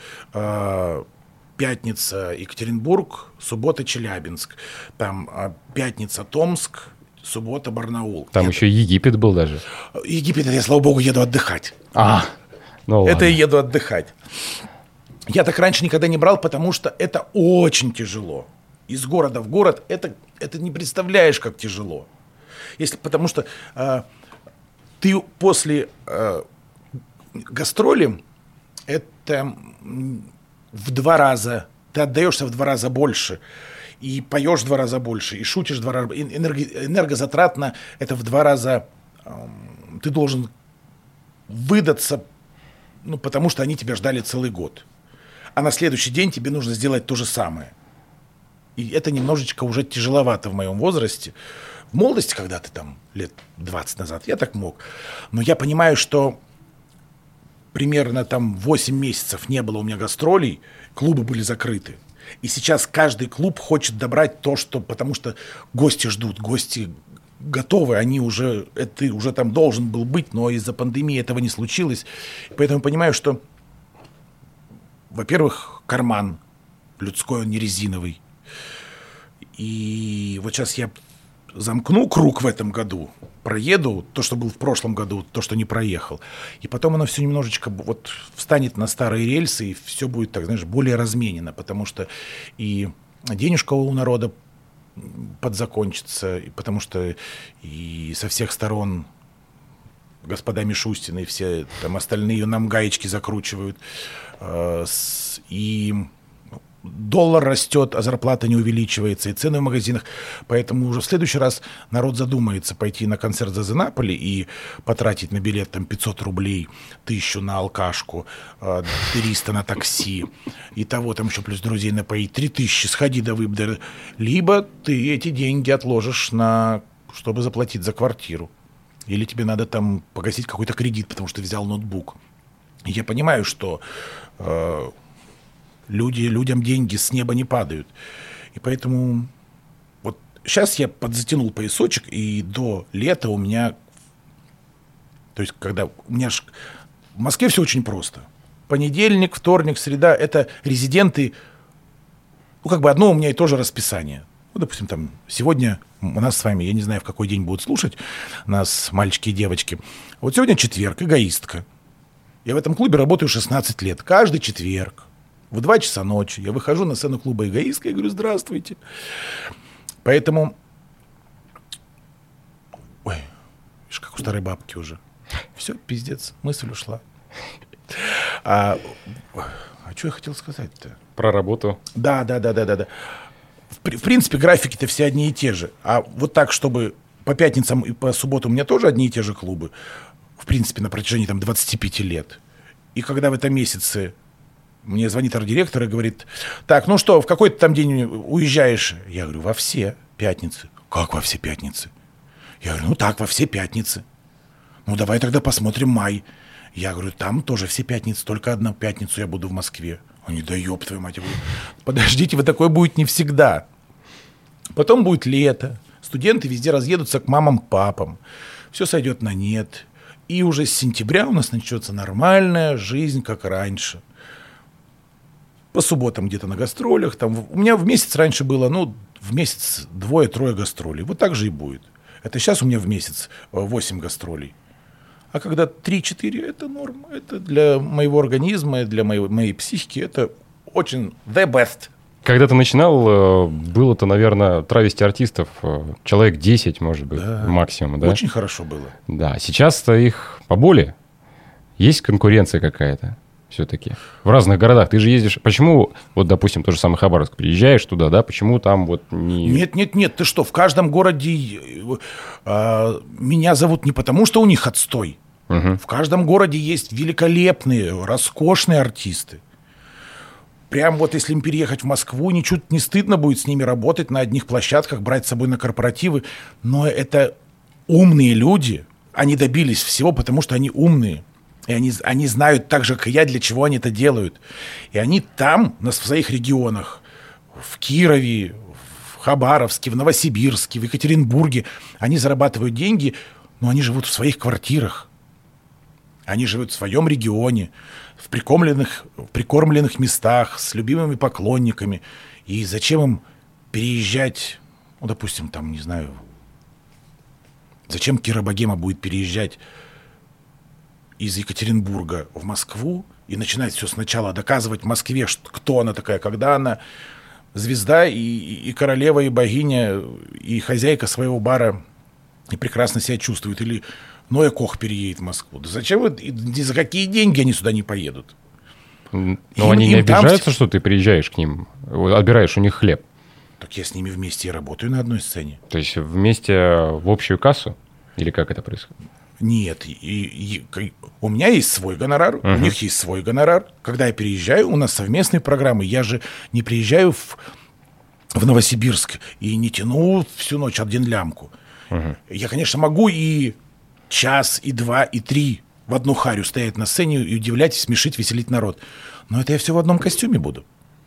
Пятница Екатеринбург, суббота Челябинск, там пятница Томск, суббота Барнаул. Там я еще Египет был даже. Египет, я, слава богу, еду отдыхать. А, ну ладно. Это я еду отдыхать. Я так раньше никогда не брал, потому что это очень тяжело. Из города в город это, это не представляешь, как тяжело. Если, потому что э, ты после э, гастроли это... в два раза, ты отдаешься в два раза больше, и поешь в два раза больше, и шутишь в два раза, энерго, энергозатратно это в два раза, э, ты должен выдаться, ну, потому что они тебя ждали целый год. А на следующий день тебе нужно сделать то же самое. И это немножечко уже тяжеловато в моем возрасте. В молодости, когда ты там лет двадцать назад, я так мог. Но я понимаю, что примерно там восемь месяцев не было у меня гастролей, клубы были закрыты. И сейчас каждый клуб хочет добрать то, что... Потому что гости ждут, гости готовы, они уже... Это уже там должен был быть, но из-за пандемии этого не случилось. Поэтому понимаю, что, во-первых, карман людской, он не резиновый. И вот сейчас я замкну круг в этом году, проеду то, что был в прошлом году, то, что не проехал. И потом оно все немножечко вот встанет на старые рельсы, и все будет, так знаешь, более разменено, потому что и денежка у народа подзакончится, и потому что и со всех сторон господа Мишустины и все там остальные нам гаечки закручивают. И доллар растет, а зарплата не увеличивается, и цены в магазинах. Поэтому уже в следующий раз народ задумается пойти на концерт «За Наполи» и потратить на билет там пятьсот рублей, тысячу на алкашку, триста на такси, и того там еще плюс друзей напоить, три тысячи, сходи до выбора. Либо ты эти деньги отложишь на, чтобы заплатить за квартиру. Или тебе надо там погасить какой-то кредит, потому что ты взял ноутбук. И я понимаю, что... Э, Люди, людям деньги с неба не падают. И поэтому вот сейчас я подзатянул поясочек, и до лета у меня... То есть, когда у меня... Ж, в Москве все очень просто. Понедельник, вторник, среда — это резиденты... Ну, как бы одно у меня и то же расписание. Ну, допустим, там сегодня у нас с вами, я не знаю, в какой день будут слушать нас мальчики и девочки. Вот сегодня четверг, эгоистка. Я в этом клубе работаю шестнадцать лет. Каждый четверг. В два часа ночи я выхожу на сцену клуба «Эгоистка» и говорю: здравствуйте. Поэтому... Ой, видишь, как у старой бабки уже. Все, пиздец, мысль ушла. А, а что я хотел сказать-то? Про работу. Да, да, да, да, да. да. В, в принципе, графики-то все одни и те же. А вот так, чтобы по пятницам и по субботам у меня тоже одни и те же клубы. В принципе, на протяжении там двадцати пяти лет. И когда в этом месяце... Мне звонит арт-директор и говорит: так, ну что, в какой ты там день уезжаешь? Я говорю: во все пятницы. Как во все пятницы? Я говорю: ну так, во все пятницы. Ну давай тогда посмотрим май. Я говорю: там тоже все пятницы, только одну пятницу я буду в Москве. Они: да ёб твою мать. Я говорю: подождите, вы такое будет не всегда. Потом будет лето. Студенты везде разъедутся к мамам, к папам. Все сойдет на нет. И уже с сентября у нас начнется нормальная жизнь, как раньше. По субботам где-то на гастролях. Там, у меня в месяц раньше было, ну, в месяц двое-трое гастролей. Вот так же и будет. Это сейчас у меня в месяц восемь гастролей. А когда три-четыре, это норм. Это для моего организма, для моей, моей психики, это очень the best. Когда ты начинал, было-то, наверное, травести артистов человек десять, может быть, да, максимум. Да? Очень хорошо было. Да, сейчас-то их поболее. Есть конкуренция какая-то? Все-таки в разных городах. Ты же ездишь... Почему, вот, допустим, тот же самый Хабаровск, приезжаешь туда, да, почему там вот не... Нет, нет, нет, ты что, в каждом городе э, меня зовут не потому, что у них отстой. Угу. В каждом городе есть великолепные, роскошные артисты. прям вот если им переехать в Москву, ничуть не стыдно будет с ними работать на одних площадках, брать с собой на корпоративы. Но это умные люди, они добились всего, потому что они умные. И они, они знают так же, как и я, для чего они это делают. И они там, в своих регионах, в Кирове, в Хабаровске, в Новосибирске, в Екатеринбурге, они зарабатывают деньги, но они живут в своих квартирах. Они живут в своем регионе, в прикормленных, в прикормленных местах, с любимыми поклонниками. И зачем им переезжать, ну, допустим, там, не знаю, зачем Кира Богема будет переезжать из Екатеринбурга в Москву и начинать все сначала доказывать Москве, что, кто она такая, когда она звезда и, и королева, и богиня, и хозяйка своего бара, и прекрасно себя чувствует. Или Ноя Кох переедет в Москву. Да зачем? И, и за какие деньги они сюда не поедут? Но им, они не им обижаются, там... что ты приезжаешь к ним, отбираешь у них хлеб? Так я с ними вместе и работаю на одной сцене. То есть вместе в общую кассу? Или как это происходит? Нет, и, и, и, у меня есть свой гонорар, uh-huh. у них есть свой гонорар. Когда я переезжаю, у нас совместные программы. Я же не приезжаю в, в Новосибирск и не тяну всю ночь один лямку. Uh-huh. Я, конечно, могу и час, и два, и три в одну харю стоять на сцене и удивлять, и смешить, веселить народ. Но это я все в одном костюме буду.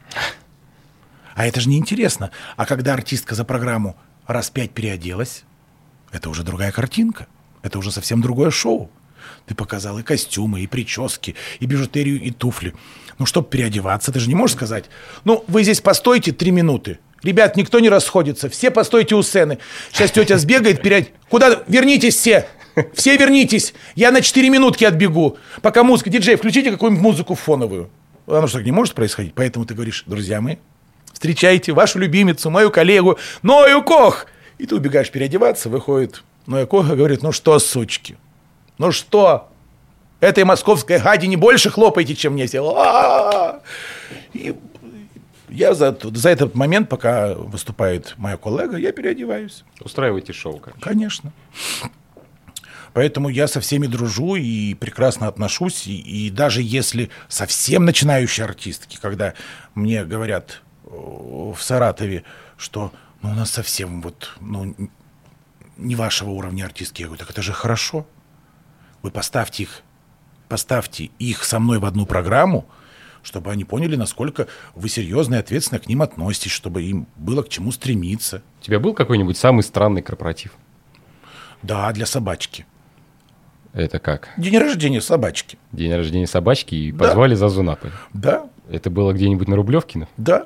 А это же неинтересно. А когда артистка за программу раз пять переоделась, это уже другая картинка. Это уже совсем другое шоу. Ты показал и костюмы, и прически, и бижутерию, и туфли. Ну, чтобы переодеваться, ты же не можешь сказать: ну, вы здесь постойте три минуты. Ребят, никто не расходится, все постойте у сцены. Сейчас тетя сбегает, переод... Куда? Вернитесь все! Все вернитесь! Я на четыре минутки отбегу. Пока музыка... Диджей, включите какую-нибудь музыку фоновую. Оно что, так не может происходить? Поэтому ты говоришь: друзья мои, встречайте вашу любимицу, мою коллегу Ною Кох. И ты убегаешь переодеваться, выходит Ноя Кох и говорит: ну что, сучки, ну что, этой московской гадине больше хлопаете, чем мне все. И я за, за этот момент, пока выступает моя коллега, я переодеваюсь. Устраиваете шоу, конечно. Конечно. Поэтому я со всеми дружу и прекрасно отношусь. И, и даже если совсем начинающие артистки, когда мне говорят в Саратове, что ну, у нас совсем вот, ну, не вашего уровня артистки, я говорю: так это же хорошо. Вы поставьте их, поставьте их со мной в одну программу, чтобы они поняли, насколько вы серьезно и ответственно к ним относитесь, чтобы им было к чему стремиться. У тебя был какой-нибудь самый странный корпоратив? Да, для собачки. Это как? День рождения собачки. День рождения собачки, и позвали да. Зазу на пыль. Да. Это было где-нибудь на Рублевке? Да.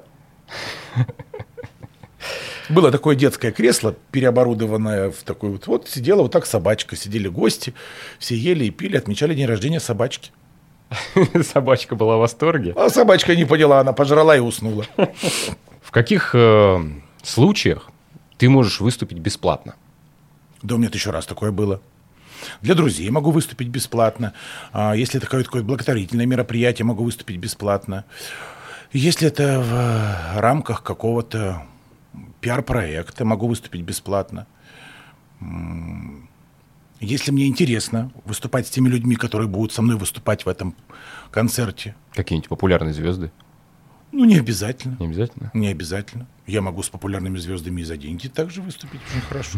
Было такое детское кресло, переоборудованное в такой вот. Вот сидела вот так собачка, сидели гости, все ели и пили, отмечали день рождения собачки. Собачка была в восторге? А собачка не поняла, она пожрала и уснула. В каких э, случаях ты можешь выступить бесплатно? Да у меня еще раз такое было. Для друзей могу выступить бесплатно. Если это какое-то благотворительное мероприятие, могу выступить бесплатно. Если это в рамках какого-то пиар-проекта, могу выступить бесплатно. Если мне интересно выступать с теми людьми, которые будут со мной выступать в этом концерте. Какие-нибудь популярные звезды? Ну, не обязательно. Не обязательно? Не обязательно. Я могу с популярными звездами и за деньги также выступить очень хорошо.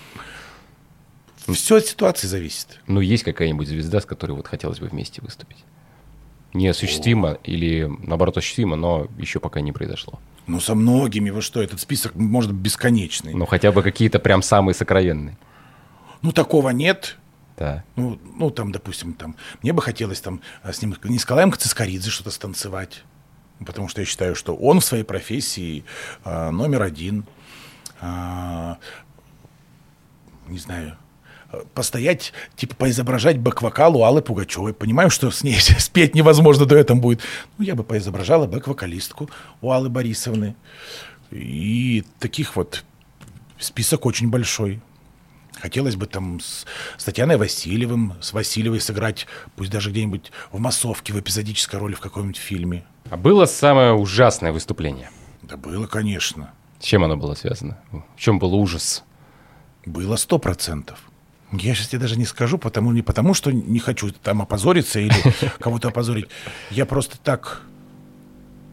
Все от ситуации зависит. Ну, есть какая-нибудь звезда, с которой вот хотелось бы вместе выступить? Неосуществимо О. или, наоборот, осуществимо, но еще пока не произошло. Ну, со многими. Вы что, этот список может быть бесконечный. Ну, хотя бы какие-то прям самые сокровенные. Ну, такого нет. Да. Ну, ну, там, допустим, там, мне бы хотелось там с ним, не с Николаем Цискоридзе что-то станцевать. Потому что я считаю, что он в своей профессии а, номер один. А, не знаю... постоять, типа, поизображать бэк-вокал у Аллы Пугачевой. Понимаю, что с ней спеть невозможно дуэтом будет. Ну, я бы поизображала бэк-вокалистку у Аллы Борисовны. И таких вот список очень большой. Хотелось бы там с, с Татьяной Васильевым, с Васильевой сыграть, пусть даже где-нибудь в массовке, в эпизодической роли в каком-нибудь фильме. А было самое ужасное выступление? Да было, конечно. С чем оно было связано? В чем был ужас? Было сто процентов. Я сейчас тебе даже не скажу, потому, не потому, что не хочу там опозориться или кого-то опозорить. Я просто так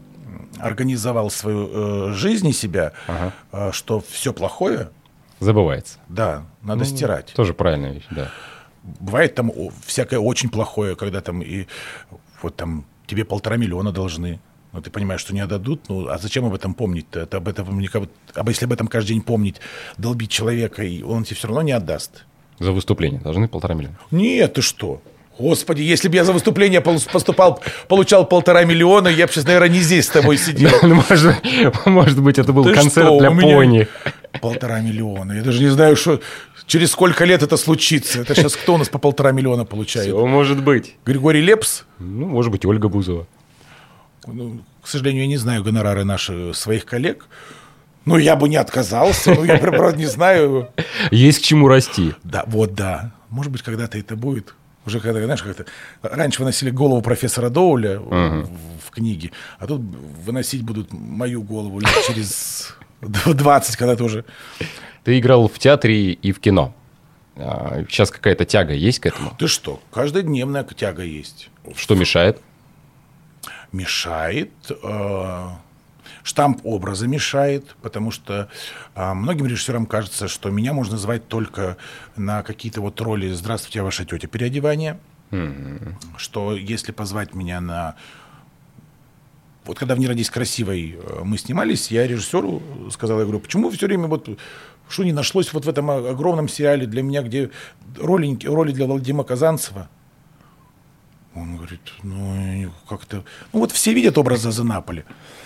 организовал свою э, жизнь и себя, Ага. э, что все плохое, Забывается. да, надо Ну, стирать. Тоже правильная вещь, да. Бывает там о, всякое очень плохое, когда там и вот там тебе полтора миллиона должны. Но ты понимаешь, что не отдадут. Ну, а зачем об этом помнить-то? Это об этом никого... А если об этом каждый день помнить, долбить человека, и он тебе все равно не отдаст. За выступление должны полтора миллиона. Нет, ты что? Господи, если бы я за выступление пол- поступал, получал полтора миллиона, я бы сейчас, наверное, не здесь с тобой сидел. Ну, Может может быть, это был Ты концерт что, для у меня пони. Полтора миллиона. Я даже не знаю, что через сколько лет это случится. Это сейчас кто у нас по полтора миллиона получает? Все может быть. Григорий Лепс? Ну, может быть, Ольга Бузова. Ну, к сожалению, я не знаю гонорары наших своих коллег. Ну, я бы не отказался. Ну, я, правда, не знаю. Есть к чему расти. Да, вот да. Может быть, когда-то это будет. Уже когда, знаешь, как-то... Раньше выносили голову профессора Доуля в, в книге, а тут выносить будут мою голову лет через двадцать, когда ты уже... Ты играл в театре и в кино. А, Сейчас какая-то тяга есть к этому? Ты что? Каждодневная тяга есть. Что мешает? Мешает... э, Штамп образа мешает, потому что а, многим режиссерам кажется, что меня можно звать только на какие-то вот роли «Здравствуйте, ваша тетя» переодевания, М. что если позвать меня на... Вот когда в «Не родись красивой» э, мы снимались, я режиссеру сказал, я говорю, почему все время вот... Что не нашлось вот в этом огромном сериале для меня, где роли, роли для Владимира Казанцева? Он говорит, ну как-то... Ну вот все видят образ Зазы Наполи.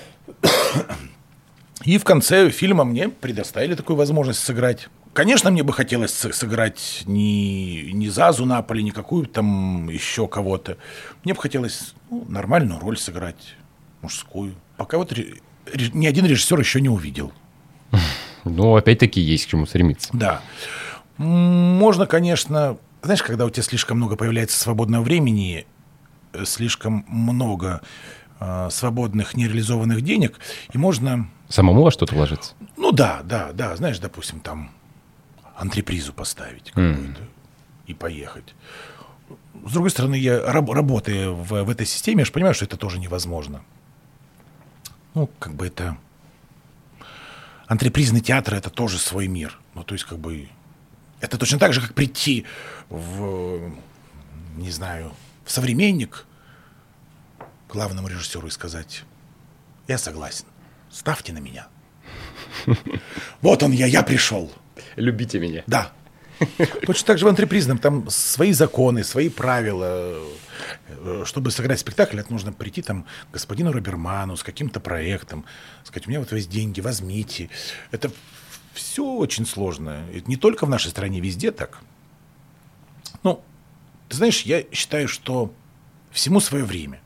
И в конце фильма мне предоставили такую возможность сыграть. Конечно, мне бы хотелось с- сыграть не, не Зазу Наполи, не какую-то там еще кого-то. Мне бы хотелось ну, нормальную роль сыграть, мужскую. Пока вот ре- ре- ни один режиссер еще не увидел. Ну, опять-таки, есть к чему стремиться. Да. М, Можно, конечно... Знаешь, когда у тебя слишком много появляется свободного времени, э, слишком много э, свободных нереализованных денег, и можно... Самому во что-то вложиться? Ну да, да, да, знаешь, допустим, там антрепризу поставить какую-то и поехать. С другой стороны, я, раб- работая в, в этой системе, я же понимаю, что это тоже невозможно. Ну, как бы это... Антрепризный театр — это тоже свой мир. Ну, то есть, как бы... Это точно так же, как прийти в, не знаю, в «Современник» главному режиссеру и сказать: я согласен, ставьте на меня. Вот он я, я пришел. Любите меня. Да. Точно так же в антрепризном. Там свои законы, свои правила. Чтобы сыграть спектакль, это нужно прийти там к господину Роберману с каким-то проектом, сказать: у меня вот есть деньги, возьмите. Это все очень сложно. Это не только в нашей стране, везде так. Ну, ты знаешь, я считаю, что всему свое время.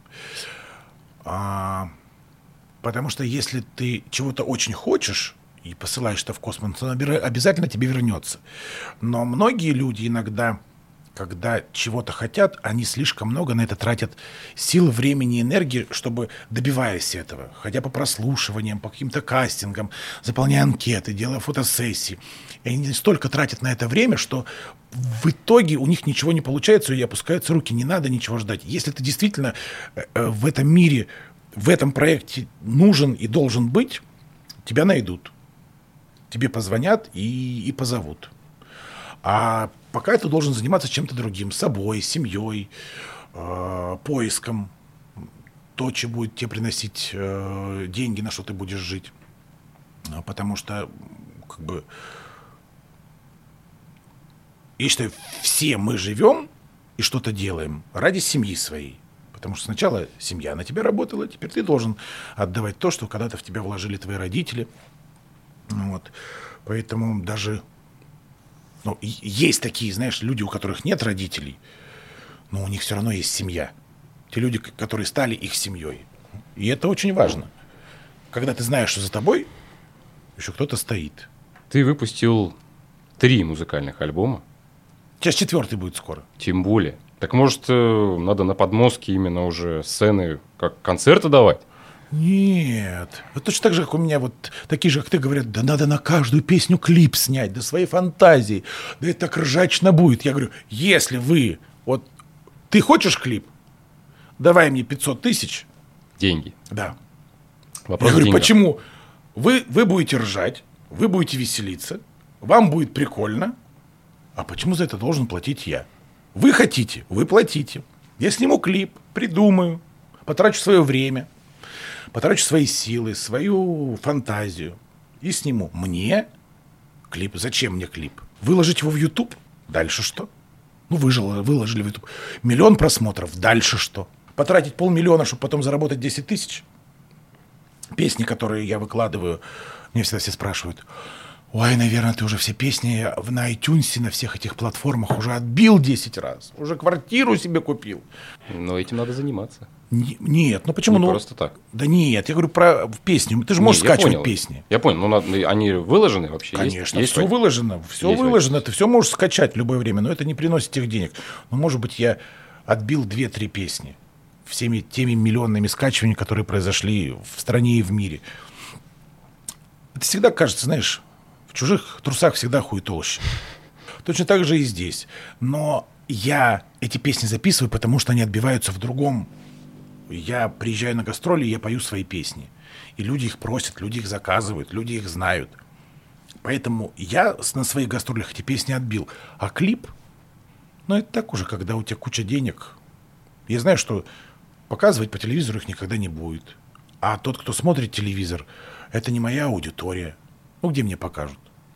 А, потому что если ты чего-то очень хочешь и посылаешь это в космос, он обера- обязательно тебе вернется. Но многие люди иногда, когда чего-то хотят, они слишком много на это тратят сил, времени, энергии, чтобы добиваясь этого, ходя по прослушиваниям, по каким-то кастингам, заполняя анкеты, делая фотосессии. И они столько тратят на это время, что в итоге у них ничего не получается, и опускаются руки. Не надо ничего ждать. Если ты действительно э, э, в этом мире, в этом проекте нужен и должен быть, тебя найдут. Тебе позвонят и, и позовут. А пока ты должен заниматься чем-то другим, собой, семьей, э, поиском, то, что будет тебе приносить э, деньги, на что ты будешь жить. А Потому что, как бы, я считаю, все мы живем и что-то делаем ради семьи своей. Потому что сначала семья на тебя работала, теперь ты должен отдавать то, что когда-то в тебя вложили твои родители. Вот. Поэтому даже... Ну, и- есть такие, знаешь, люди, у которых нет родителей, но у них все равно есть семья. Те люди, к- которые стали их семьей. И это очень важно. Когда ты знаешь, что за тобой еще кто-то стоит. Ты выпустил три музыкальных альбома, Сейчас четвертый будет скоро. тем более. Так может, э, надо на подмостке именно уже сцены, как концерты давать? Нет. Вот точно так же, как у меня вот такие же, как ты, говорят: да надо на каждую песню клип снять, да своей фантазии, да это так ржачно будет. Я говорю: если вы, вот, ты хочешь клип, давай мне пятьсот тысяч, Деньги. да, Вопрос Я говорю, денег. почему? Вы, вы будете ржать, вы будете веселиться, вам будет прикольно, а почему за это должен платить я? Вы хотите, вы платите. Я сниму клип, придумаю, потрачу свое время, потрачу свои силы, свою фантазию и сниму. Мне клип? Зачем мне клип? Выложить его в YouTube? Дальше что? Ну, выжили, выложили в YouTube. Миллион просмотров. Дальше что? Потратить полмиллиона, чтобы потом заработать десять тысяч? Песни, которые я выкладываю, мне всегда все спрашивают: ой, наверное, ты уже все песни на iTunes, на всех этих платформах уже отбил десять раз. Уже квартиру себе купил. Но этим надо заниматься. Не, нет, ну почему? Не ну, просто так. Да нет, я говорю про песню. Ты же можешь Не, я скачивать понял. песни. Я понял, ну надо- они выложены вообще? Есть- Конечно, есть все в- выложено, все Есть выложено, ты все можешь скачать в любое время, но это не приносит тех денег. Ну, может быть, я отбил две-три песни всеми теми миллионными скачиваниями, которые произошли в стране и в мире. Это всегда кажется, знаешь, в чужих трусах всегда хуй толще. Точно так же и здесь. Но я эти песни записываю, потому что они отбиваются в другом. Я приезжаю на гастроли, и я пою свои песни. И люди их просят, люди их заказывают, люди их знают. Поэтому я с- на своих гастролях эти песни отбил. А клип, ну это так уже, когда у тебя куча денег. Я знаю, что показывать по телевизору их никогда не будет. А тот, кто смотрит телевизор, это не моя аудитория. Ну где мне покажут?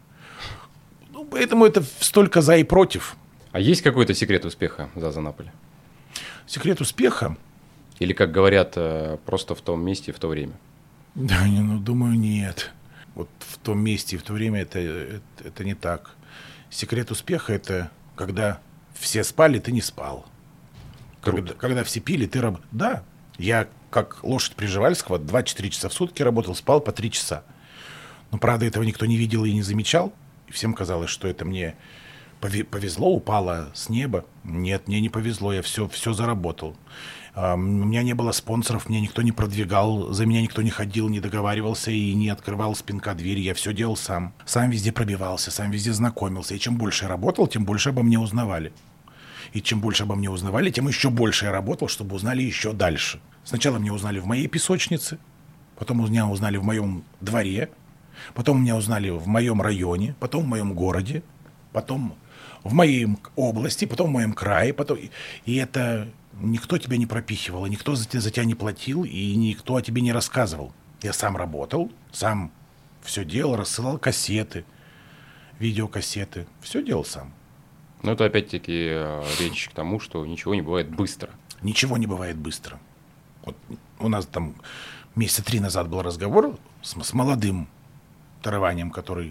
Ну, поэтому это столько за и против. А есть какой-то секрет успеха Заза Наполи? Секрет успеха? Или, как говорят, э, просто в том месте и в то время? Да, не, ну, думаю, нет. Вот в том месте и в то время это, это, это не так. Секрет успеха – это когда все спали, ты не спал. Круто. Когда, когда все пили, ты работал. Да, я как лошадь Пржевальского двадцать-четыре часа в сутки работал, спал по три часа. Но, правда, этого никто не видел и не замечал. И всем казалось, что это мне пове- повезло, упало с неба. Нет, мне не повезло, я все, все заработал. А, У меня не было спонсоров, меня никто не продвигал, за меня никто не ходил, не договаривался и не открывал с пинка двери. Я все делал сам. Сам везде пробивался, сам везде знакомился. И чем больше я работал, тем больше обо мне узнавали. И чем больше обо мне узнавали, тем еще больше я работал, чтобы узнали еще дальше. Сначала меня узнали в моей песочнице, потом меня узнали в моем дворе, потом меня узнали в моем районе, потом в моем городе, потом в моей области, потом в моем крае. Потом... И это никто тебя не пропихивал, и никто за тебя, за тебя не платил, и никто о тебе не рассказывал. Я сам работал, сам все делал, рассылал кассеты, видеокассеты. Все делал сам. Ну, это опять-таки э, речь к тому, что ничего не бывает быстро. Ничего не бывает быстро. Вот у нас там месяца три назад был разговор с, с молодым тарыванием, который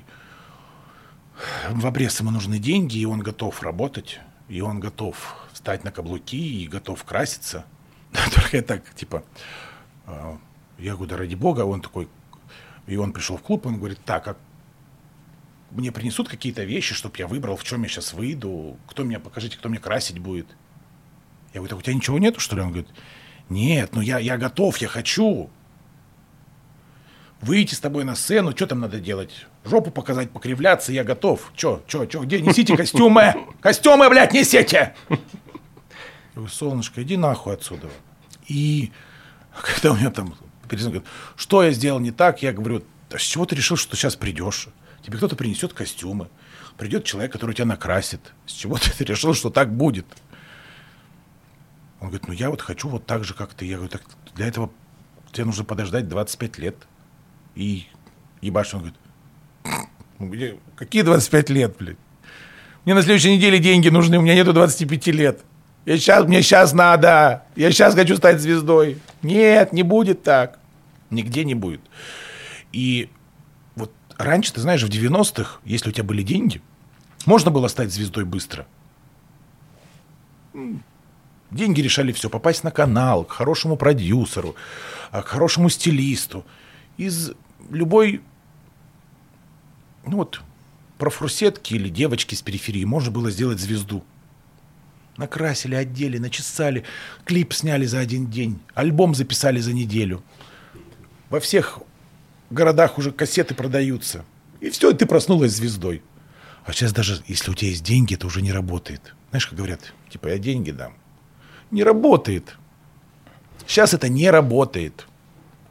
в обрез ему нужны деньги, и он готов работать, и он готов встать на каблуки, и готов краситься. Только я так, типа, э, я говорю, да ради бога, он такой, и он пришел в клуб, он говорит, так, а мне принесут какие-то вещи, чтобы я выбрал, в чем я сейчас выйду, кто меня, покажите, кто мне красить будет. Я говорю, так у тебя ничего нету, что ли? Он говорит, нет, ну я, я готов, я хочу. Выйти с тобой на сцену, что там надо делать? Жопу показать, покривляться, я готов. Че, че, че, где? Несите костюмы! Костюмы, блядь, несите! Я говорю, солнышко, иди нахуй отсюда. И когда у меня там, говорит, что я сделал не так, я говорю, а с чего ты решил, что сейчас придешь? Тебе кто-то принесет костюмы, придет человек, который тебя накрасит. С чего ты решил, что так будет? Он говорит, ну я вот хочу вот так же, как ты. Я говорю, так для этого тебе нужно подождать двадцать пять лет. И ебашь, он говорит, ну, где, какие двадцать пять лет, блядь? Мне на следующей неделе деньги нужны, у меня нету двадцати пяти лет. Я сейчас, мне сейчас надо, я сейчас хочу стать звездой. Нет, не будет так. Нигде не будет. И вот раньше, ты знаешь, в девяностых, если у тебя были деньги, можно было стать звездой быстро. Деньги решали все. Попасть на канал, к хорошему продюсеру, к хорошему стилисту. Из любой, ну вот, профурсетки или девочки с периферии можно было сделать звезду. Накрасили, одели, начесали, клип сняли за один день, альбом записали за неделю. Во всех городах уже кассеты продаются. И все, и ты проснулась звездой. А сейчас даже, если у тебя есть деньги, это уже не работает. Знаешь, как говорят, типа, я деньги дам. Не работает. Сейчас это не работает.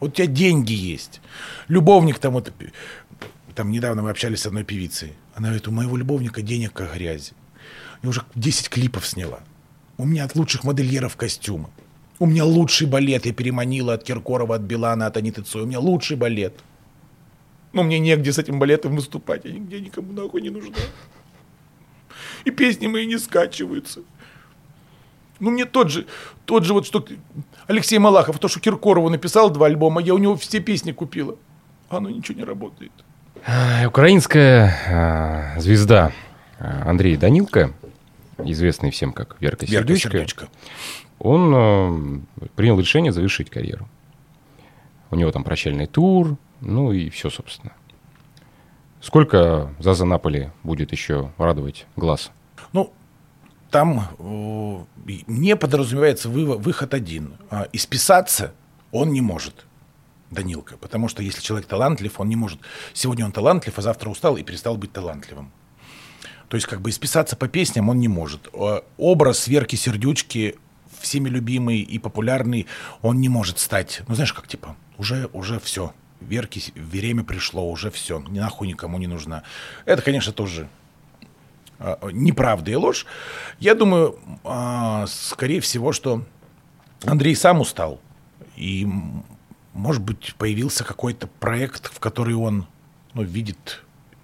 Вот у тебя деньги есть. Любовник там, вот, там недавно мы общались с одной певицей. Она говорит, у моего любовника денег как грязи. Я уже десять клипов сняла. У меня от лучших модельеров костюмы. У меня лучший балет. Я переманила от Киркорова, от Билана, от Аниты Цой. У меня лучший балет. Но мне негде с этим балетом выступать. Я нигде никому нахуй не нужна. И песни мои не скачиваются. Ну, мне тот же, тот же вот, что Алексей Малахов, то, что Киркорову написал два альбома, я у него все песни купила. А оно ничего не работает. Украинская э, звезда Андрей Данилко, известный всем как Верка Сердючка, Верка Сердючка. Он э, принял решение завершить карьеру. У него там прощальный тур, ну и все, собственно. Сколько Заза Наполи будет еще радовать глаз? Ну, там э, мне подразумевается вы, выход один. Э, исписаться он не может, Данилко, потому что если человек талантлив, он не может. Сегодня он талантлив, а завтра устал и перестал быть талантливым. То есть как бы исписаться по песням он не может. Э, образ Верки Сердючки, всеми любимый и популярный, он не может стать. Ну, знаешь, как типа, уже, уже все. Верке время пришло, уже все, нахуй никому не нужна. Это, конечно, тоже э, неправда и ложь. Я думаю, э, скорее всего, что Андрей сам устал. И, может быть, появился какой-то проект, в который он ну, видит...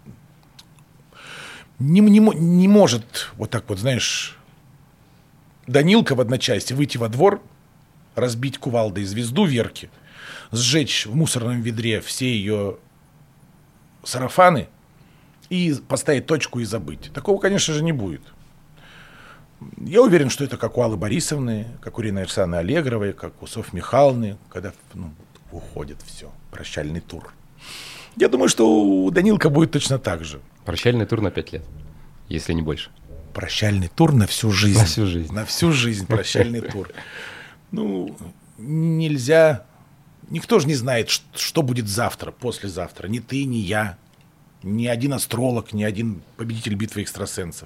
Не, не, не может, вот так вот, знаешь, Данилко в одночасье выйти во двор, разбить кувалдой звезду Верки, сжечь в мусорном ведре все ее сарафаны и поставить точку и забыть. Такого, конечно же, не будет. Я уверен, что это как у Аллы Борисовны, как у Ирины Александровны Аллегровой, как у Софьи Михайловны, когда ну, уходит все, прощальный тур. Я думаю, что у Данилка будет точно так же. Прощальный тур на пять лет, если не больше. Прощальный тур на всю жизнь. На всю жизнь. На всю жизнь прощальный тур. Ну, нельзя... Никто же не знает, что будет завтра, послезавтра. Ни ты, ни я, ни один астролог, ни один победитель битвы экстрасенсов.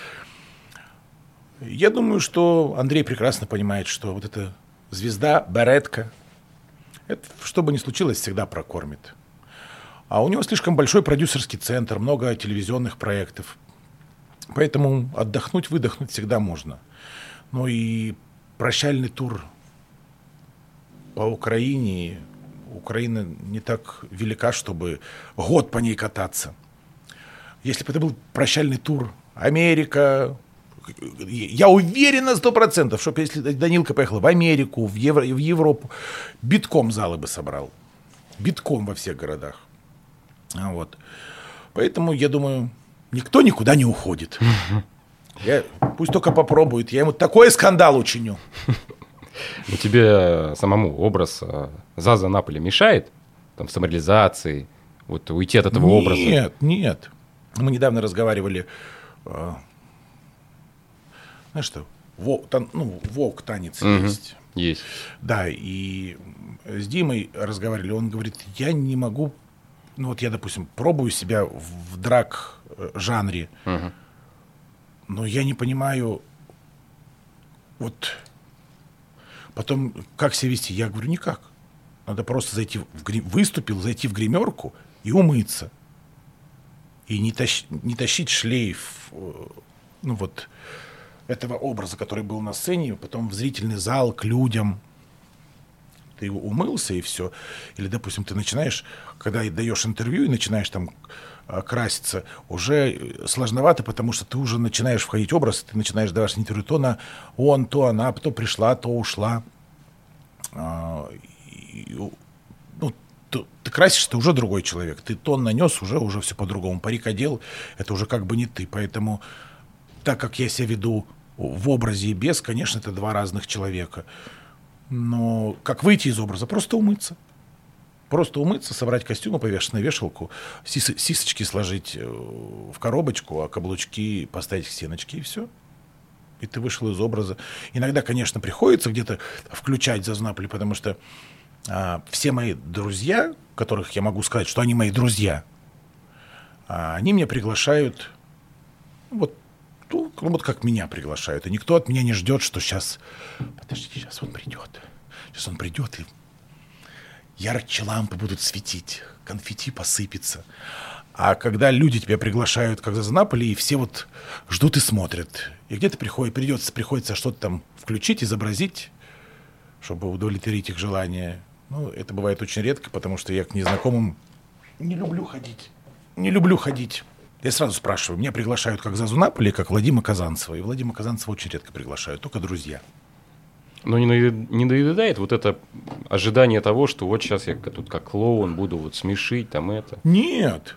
Я думаю, что Андрей прекрасно понимает, что вот эта звезда, баретка, это, что бы ни случилось, всегда прокормит. А у него слишком большой продюсерский центр, много телевизионных проектов. Поэтому отдохнуть, выдохнуть всегда можно. Ну и прощальный тур по Украине. Украина не так велика, чтобы год по ней кататься. Если бы это был прощальный тур Америка, я уверен на сто процентов, что если Данилко поехал в Америку, в, Евро, в Европу, битком залы бы собрал. Битком во всех городах. Вот. Поэтому, я думаю, никто никуда не уходит. Я, пусть только попробует. Я ему такой скандал учиню. Но тебе самому образ Заза Наполи мешает? Там, в самореализации? Вот уйти от этого нет, образа? Нет, нет. Мы недавно разговаривали... Э, знаешь что? Волк, тан, ну, волк танец угу, есть. Есть. Да, и с Димой разговаривали. Он говорит, я не могу... Ну вот я, допустим, пробую себя в драк-жанре, угу. но я не понимаю... Вот... Потом, как себя вести? Я говорю, никак. Надо просто зайти в гри... выступил, зайти в гримерку и умыться. И не, тащ... не тащить шлейф ну, вот, этого образа, который был на сцене, потом в зрительный зал, к людям. Ты умылся и все. Или, допустим, ты начинаешь, когда даешь интервью и начинаешь там краситься, уже сложновато, потому что ты уже начинаешь входить в образ, ты начинаешь давать интервью то на он, то она, то пришла, то ушла. И, ну, ты, ты красишься, ты уже другой человек. Ты тон нанес, уже, уже все по-другому. Парик одел, это уже как бы не ты. Поэтому, так как я себя веду в образе и без, конечно, это два разных человека. Но как выйти из образа? Просто умыться. Просто умыться, собрать костюмы, повешать на вешалку, сис- сисочки сложить в коробочку, а каблучки поставить к стеночке, и все. И ты вышел из образа. Иногда, конечно, приходится где-то включать Зазу Наполи, потому что а, все мои друзья, которых я могу сказать, что они мои друзья, а, они меня приглашают, вот, ну, вот как меня приглашают. И никто от меня не ждет, что сейчас, подождите, сейчас он придет. Сейчас он придет и... ярче лампы будут светить, конфетти посыпется. А когда люди тебя приглашают, как за Наполи, и все вот ждут и смотрят. И где-то приходит, придется, приходится что-то там включить, изобразить, чтобы удовлетворить их желание. Ну, это бывает очень редко, потому что я к незнакомым не люблю ходить. Не люблю ходить. Я сразу спрашиваю, меня приглашают как Зазу Наполи, как Владимира Казанцева. И Владимира Казанцева очень редко приглашают, только друзья. Но не надоедает вот это ожидание того, что вот сейчас я тут как клоун буду вот смешить, там это? Нет.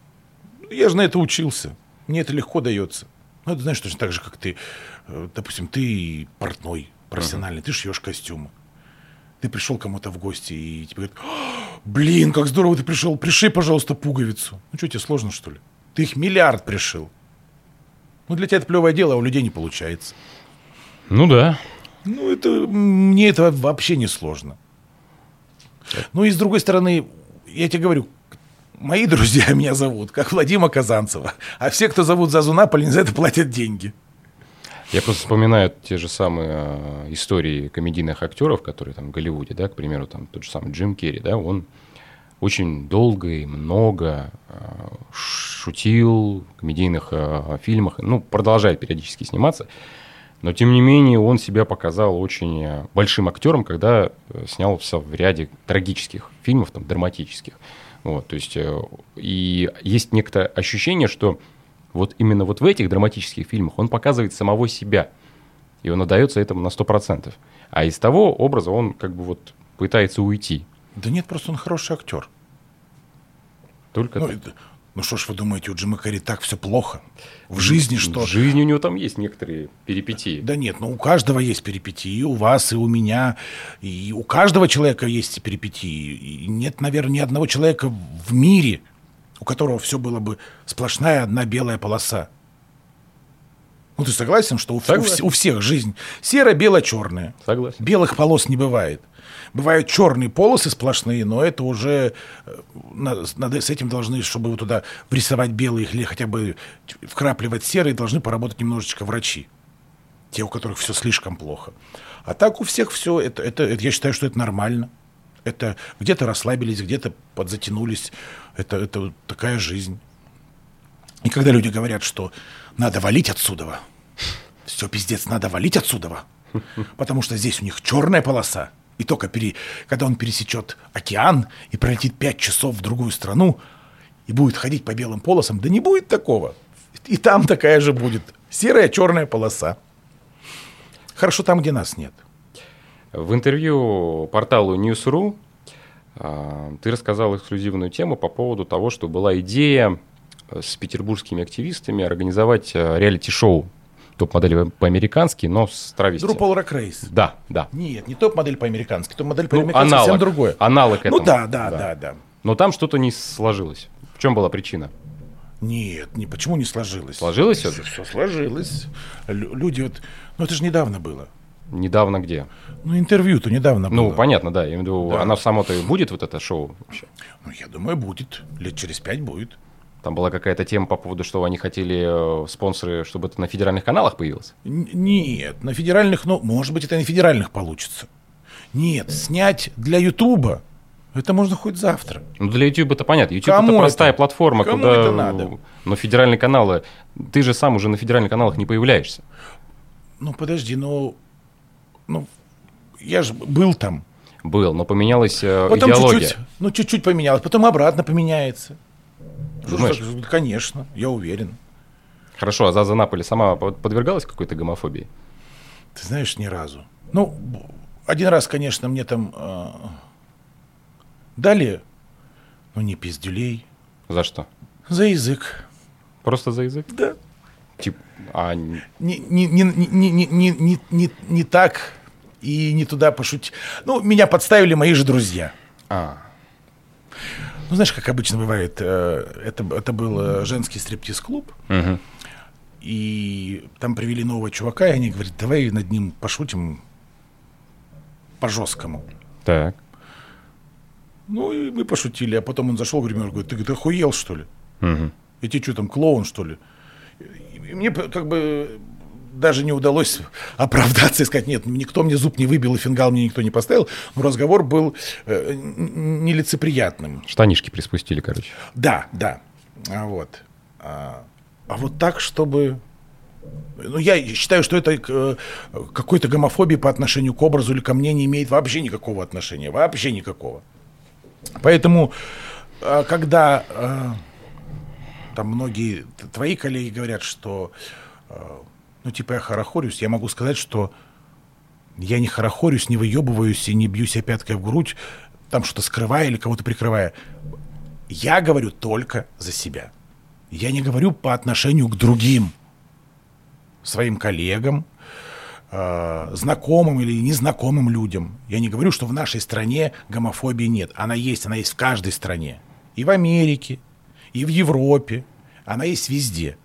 Я же на это учился. Мне это легко дается. Ну, это знаешь, точно так же, как ты, допустим, ты портной профессиональный, uh-huh. ты шьешь костюмы. Ты пришел кому-то в гости, и тебе говорят, блин, как здорово ты пришел, пришей, пожалуйста, пуговицу. Ну, что, тебе сложно, что ли? Ты их миллиард пришил. Ну, для тебя это плевое дело, а у людей не получается. Ну, да. Ну, это, мне это вообще не сложно. Ну, и с другой стороны, я тебе говорю, мои друзья меня зовут, как Владимира Казанцева. А все, кто зовут Зазу Наполи, за это платят деньги. Я просто вспоминаю те же самые э, истории комедийных актеров, которые там в Голливуде, да, к примеру, там тот же самый Джим Керри, да, он очень долго и много э, шутил в комедийных э, фильмах, ну, продолжает периодически сниматься, но, тем не менее, он себя показал очень большим актером, когда снялся в ряде трагических фильмов, там, драматических. Вот, то есть, и есть некоторое ощущение, что вот именно вот в этих драматических фильмах он показывает самого себя, и он отдается этому на сто процентов. А из того образа он как бы вот пытается уйти. Да нет, просто он хороший актер. Только ну, это, ну что ж вы думаете, у Джима Керри так все плохо? В жизни что? В жизни у него там есть некоторые перипетии. Да нет, ну у каждого есть перипетии, и у вас, и у меня, и у каждого человека есть перипетии. И нет, наверное, ни одного человека в мире, у которого все было бы сплошная одна белая полоса. Ну ты согласен, что у, у, у всех жизнь серо-бело-черная? Согласен. Белых полос не бывает. Бывают черные полосы сплошные, но это уже надо, надо, с этим должны, чтобы вы туда врисовать белые или хотя бы вкрапливать серые, должны поработать немножечко врачи. Те, у которых все слишком плохо. А так у всех все, это, это, это, я считаю, что это нормально. Это где-то расслабились, где-то подзатянулись. Это, это такая жизнь. И когда люди говорят, что надо валить отсюда, все, пиздец, надо валить отсюда, потому что здесь у них черная полоса, и только пере... когда он пересечет океан и пролетит пять часов в другую страну и будет ходить по белым полосам, да не будет такого. И там такая же будет серая, черная полоса. Хорошо там, где нас нет. В интервью порталу News.ru ты рассказал эксклюзивную тему по поводу того, что была идея с петербургскими активистами организовать реалити-шоу топ-модель по-американски, но с травестью. RuPaul Drag Race. Да, да. Нет, не топ-модель по-американски. Топ-модель ну, по-американски аналог, совсем другое. Аналог этому. Ну да, да, да, да, да. Но там что-то не сложилось. В чем была причина? Нет, не, почему не сложилось? Сложилось все? Все сложилось. Лю- люди вот... Ну это же недавно было. Недавно где? Ну интервью-то недавно было. Ну понятно, да. Я имею в виду, Да. оно само-то и будет, вот это шоу вообще? Ну я думаю, будет. Лет через пять будет. Там была какая-то тема по поводу, что они хотели э, спонсоры, чтобы это на федеральных каналах появилось? Н- Нет, на федеральных, ну, может быть, это и на федеральных получится. Нет, снять для Ютуба, это можно хоть завтра. Ну, для YouTube это понятно. YouTube Кому это простая это? платформа, Кому куда... это надо? Но федеральные каналы... Ты же сам уже на федеральных каналах не появляешься. Ну, подожди, ну... Ну, я же был там. Был, но поменялась э, Потом идеология. чуть-чуть, ну, чуть-чуть поменялось, потом обратно поменяется. Думаешь? Что ж так, конечно, я уверен. Хорошо, а Заза Наполи сама под- подвергалась какой-то гомофобии? Ты знаешь, ни разу. Ну, один раз, конечно, мне там э, дали, ну, не пиздюлей, За что? за язык. Просто за язык? Да. Тип, а... н- Не, не, не, не, не, не, не, не, не так и не туда пошутить. Ну, меня подставили мои же друзья. а. Ну, знаешь, как обычно бывает, э, это, это был э, женский стриптиз-клуб, Мгм. и там привели нового чувака, и они говорят, давай над ним пошутим по-жесткому. Так. Ну, и мы пошутили, а потом он зашел, гример, говорит, ты, ты охуел, что ли? Мгм. И ты что там, клоун, что ли? И мне п- как бы даже не удалось оправдаться и сказать, нет, никто мне зуб не выбил и фингал мне никто не поставил, но разговор был э, нелицеприятным. Штанишки приспустили, короче. Да, да. А вот. А, а вот так, чтобы... Ну, я считаю, что это к какой-то гомофобии по отношению к образу или ко мне не имеет вообще никакого отношения. Вообще никакого. Поэтому, когда там многие твои коллеги говорят, что ну, типа я хорохорюсь, я могу сказать, что я не хорохорюсь, не выебываюсь и не бью себя пяткой в грудь, там что-то скрывая или кого-то прикрывая. Я говорю только за себя. Я не говорю по отношению к другим своим коллегам, э, знакомым или незнакомым людям. Я не говорю, что в нашей стране гомофобии нет. Она есть, она есть в каждой стране. И в Америке, и в Европе. Она есть везде.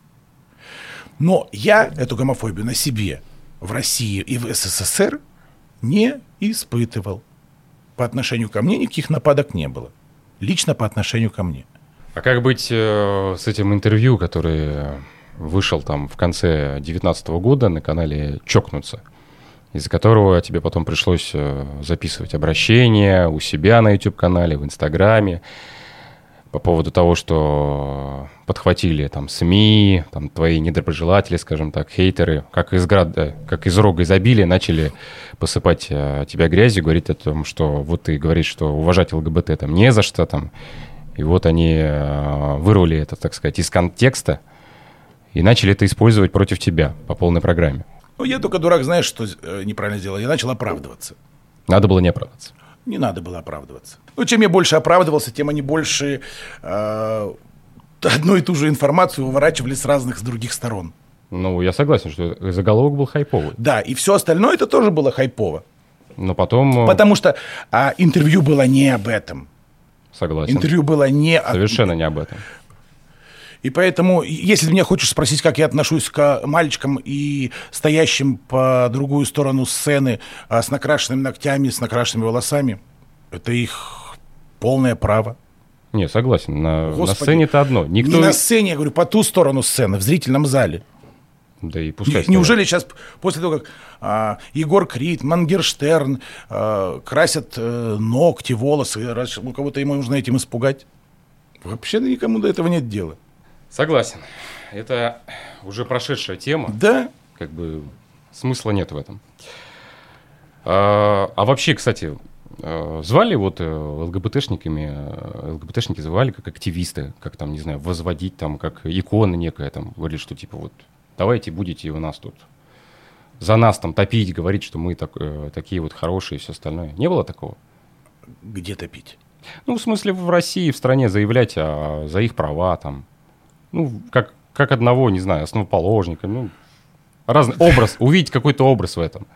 Но я эту гомофобию на себе в России и в СССР не испытывал. По отношению ко мне никаких нападок не было. Лично по отношению ко мне. А как быть э, с этим интервью, которое вышел там в конце две тысячи девятнадцатого года на канале «Чокнуться», из-за которого тебе потом пришлось э, записывать обращения у себя на YouTube-канале, в Инстаграме, по поводу того, что подхватили там СМИ, там твои недоброжелатели, скажем так, хейтеры, как из града, как из рога изобилия начали посыпать э, тебя грязью, говорить о том, что вот ты говоришь, что уважать ЛГБТ там не за что там, и вот они э, вырвали это, так сказать, из контекста и начали это использовать против тебя по полной программе. Ну, я только дурак, знаешь, что э, неправильно сделал? Я начал оправдываться. Надо было не оправдываться. Не надо было оправдываться. Ну, чем я больше оправдывался, тем они больше э, одну и ту же информацию выворачивали с разных, с других сторон. Ну, я согласен, что заголовок был хайповый. Да, и все остальное это тоже было хайпово. Но потом... Потому что а, интервью было не об этом. Согласен. Интервью было не... Совершенно не об этом. И поэтому, если ты меня хочешь спросить, как я отношусь к мальчикам и стоящим по другую сторону сцены а, с накрашенными ногтями, с накрашенными волосами, это их полное право. Не, согласен. На, на сцене это одно. Никто... Не на сцене, я говорю, по ту сторону сцены, в зрительном зале. Да и пускай. Не, неужели сейчас, после того, как а, Егор Крид, Мангерштерн а, красят а, ногти, волосы, раз у кого-то ему нужно этим испугать? Вообще никому до этого нет дела. Согласен. Это уже прошедшая тема. Да. Как бы смысла нет в этом. А, а вообще, кстати, звали вот ЛГБТшниками, ЛГБТшники звали как активисты, как там, не знаю, возводить там, как икона некая, там, говорили, что типа вот давайте будете у нас тут за нас там топить, говорить, что мы так, такие вот хорошие и все остальное. Не было такого? Где топить? Ну, в смысле, в России, в стране заявлять о, за их права там. Ну, как, как одного, не знаю, основоположника, ну, разный образ, увидеть какой-то образ в этом.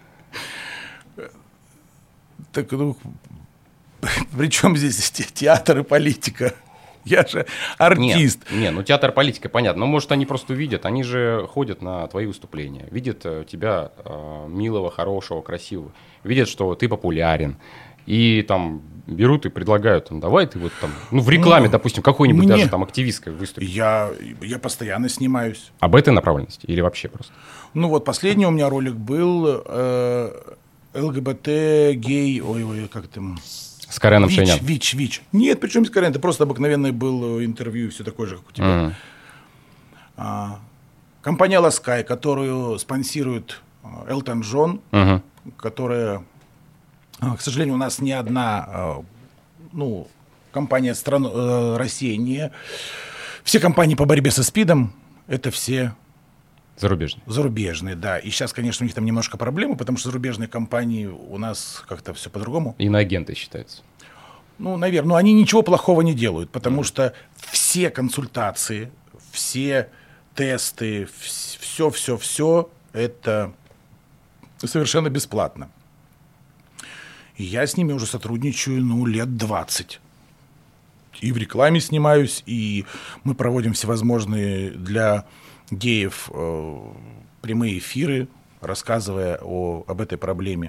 Так, ну, при чем здесь театр и политика? Я же артист. Нет, не, ну театр, политика, понятно. Но, может, они просто видят, они же ходят на твои выступления, видят тебя э, милого, хорошего, красивого, видят, что ты популярен, и там берут и предлагают, там, давай ты вот там, ну, в рекламе, ну, допустим, какой-нибудь мне... даже там активистской выступить. Я, я постоянно снимаюсь. Об этой направленности или вообще просто? Ну, вот последний у меня ролик был э, ЛГБТ, гей, ой-ой, как там... С Кареном ВИЧ, Шейнян. ВИЧ, ВИЧ. Нет, причем с Карен, это просто обыкновенное было интервью, все такое же, как у тебя. Mm. А, компания Ласкай, которую спонсирует Элтон Джон, mm-hmm. которая, к сожалению, у нас ни одна, ну, компания стран, России не... Все компании по борьбе со СПИДом, это все... Зарубежные. Зарубежные, да. И сейчас, конечно, у них там немножко проблемы, потому что зарубежные компании у нас как-то все по-другому. Иноагенты считаются. Ну, наверное, но они ничего плохого не делают, потому mm. что все консультации, все тесты, все-все-все, это совершенно бесплатно. И я с ними уже сотрудничаю, ну, лет двадцать. И в рекламе снимаюсь, и мы проводим всевозможные для... геев э, прямые эфиры, рассказывая о, об этой проблеме.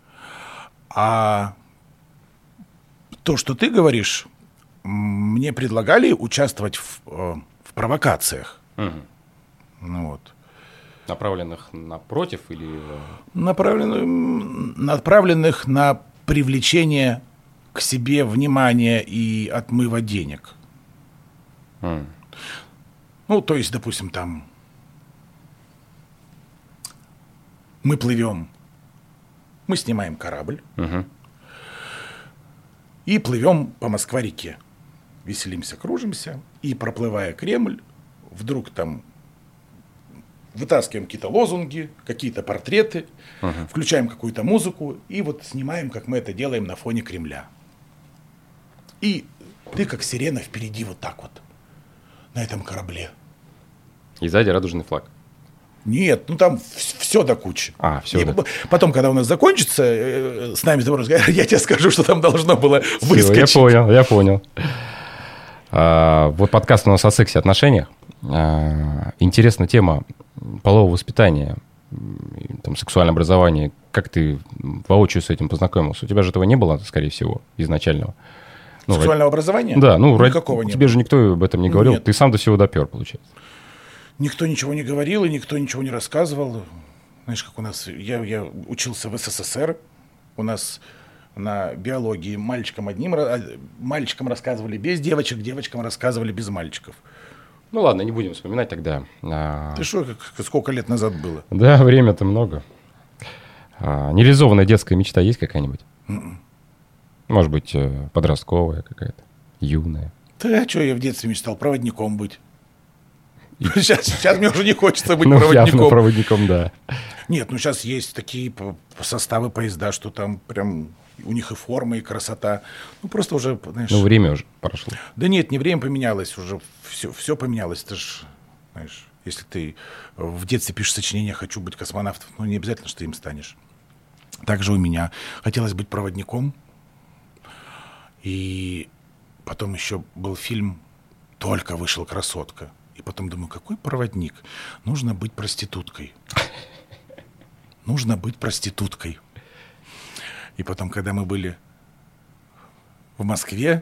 А то, что ты говоришь, мне предлагали участвовать в, э, в провокациях. Uh-huh. Ну, вот. Направленных напротив или... Направленных, направленных на привлечение к себе внимания и отмыва денег. Mm. Ну, то есть, допустим, там мы плывем, мы снимаем корабль uh-huh. и плывем по Москва-реке. Веселимся, кружимся, и, проплывая Кремль, вдруг там вытаскиваем какие-то лозунги, какие-то портреты, uh-huh. включаем какую-то музыку и вот снимаем, как мы это делаем на фоне Кремля. И ты, как сирена, впереди вот так вот, на этом корабле. И сзади радужный флаг. Нет, ну там все до кучи. А, все. И да. Потом, когда у нас закончится, э, с нами разговаривать, я тебе скажу, что там должно было выскочить. Всё, я понял, я понял. А, вот подкаст у нас о сексе, отношениях. А, интересна тема полового воспитания, там, сексуальное образование. Как ты воочию с этим познакомился? У тебя же этого не было, скорее всего, изначального. Ну, Сексуального образования? Да, ну, никакого тебе не было. же никто об этом не говорил. Нет. Ты сам до всего допер, получается. Никто ничего не говорил, и никто ничего не рассказывал. Знаешь, как у нас... Я, я учился в СССР. У нас на биологии мальчикам одним... Мальчикам рассказывали без девочек, девочкам рассказывали без мальчиков. Ну ладно, не будем вспоминать тогда. А... Ты что, как, сколько лет назад было? Да, время-то много. А, нереализованная детская мечта есть какая-нибудь? Mm-mm. Может быть, подростковая какая-то, юная. Да, а что я в детстве мечтал? Проводником быть. И... Сейчас, сейчас мне уже не хочется быть ну, проводником. Явно проводником, да. Нет, ну сейчас есть такие составы поезда, что там прям у них и форма, и красота. Ну просто уже, знаешь... Ну время уже прошло. Да нет, не время поменялось, уже все, все поменялось. Ты ж, знаешь, если ты в детстве пишешь сочинение «Хочу быть космонавтом», ну не обязательно, что ты им станешь. Также у меня хотелось быть проводником. И потом еще был фильм «Только вышел красотка». И потом думаю, какой проводник? Нужно быть проституткой. Нужно быть проституткой. И потом, когда мы были в Москве,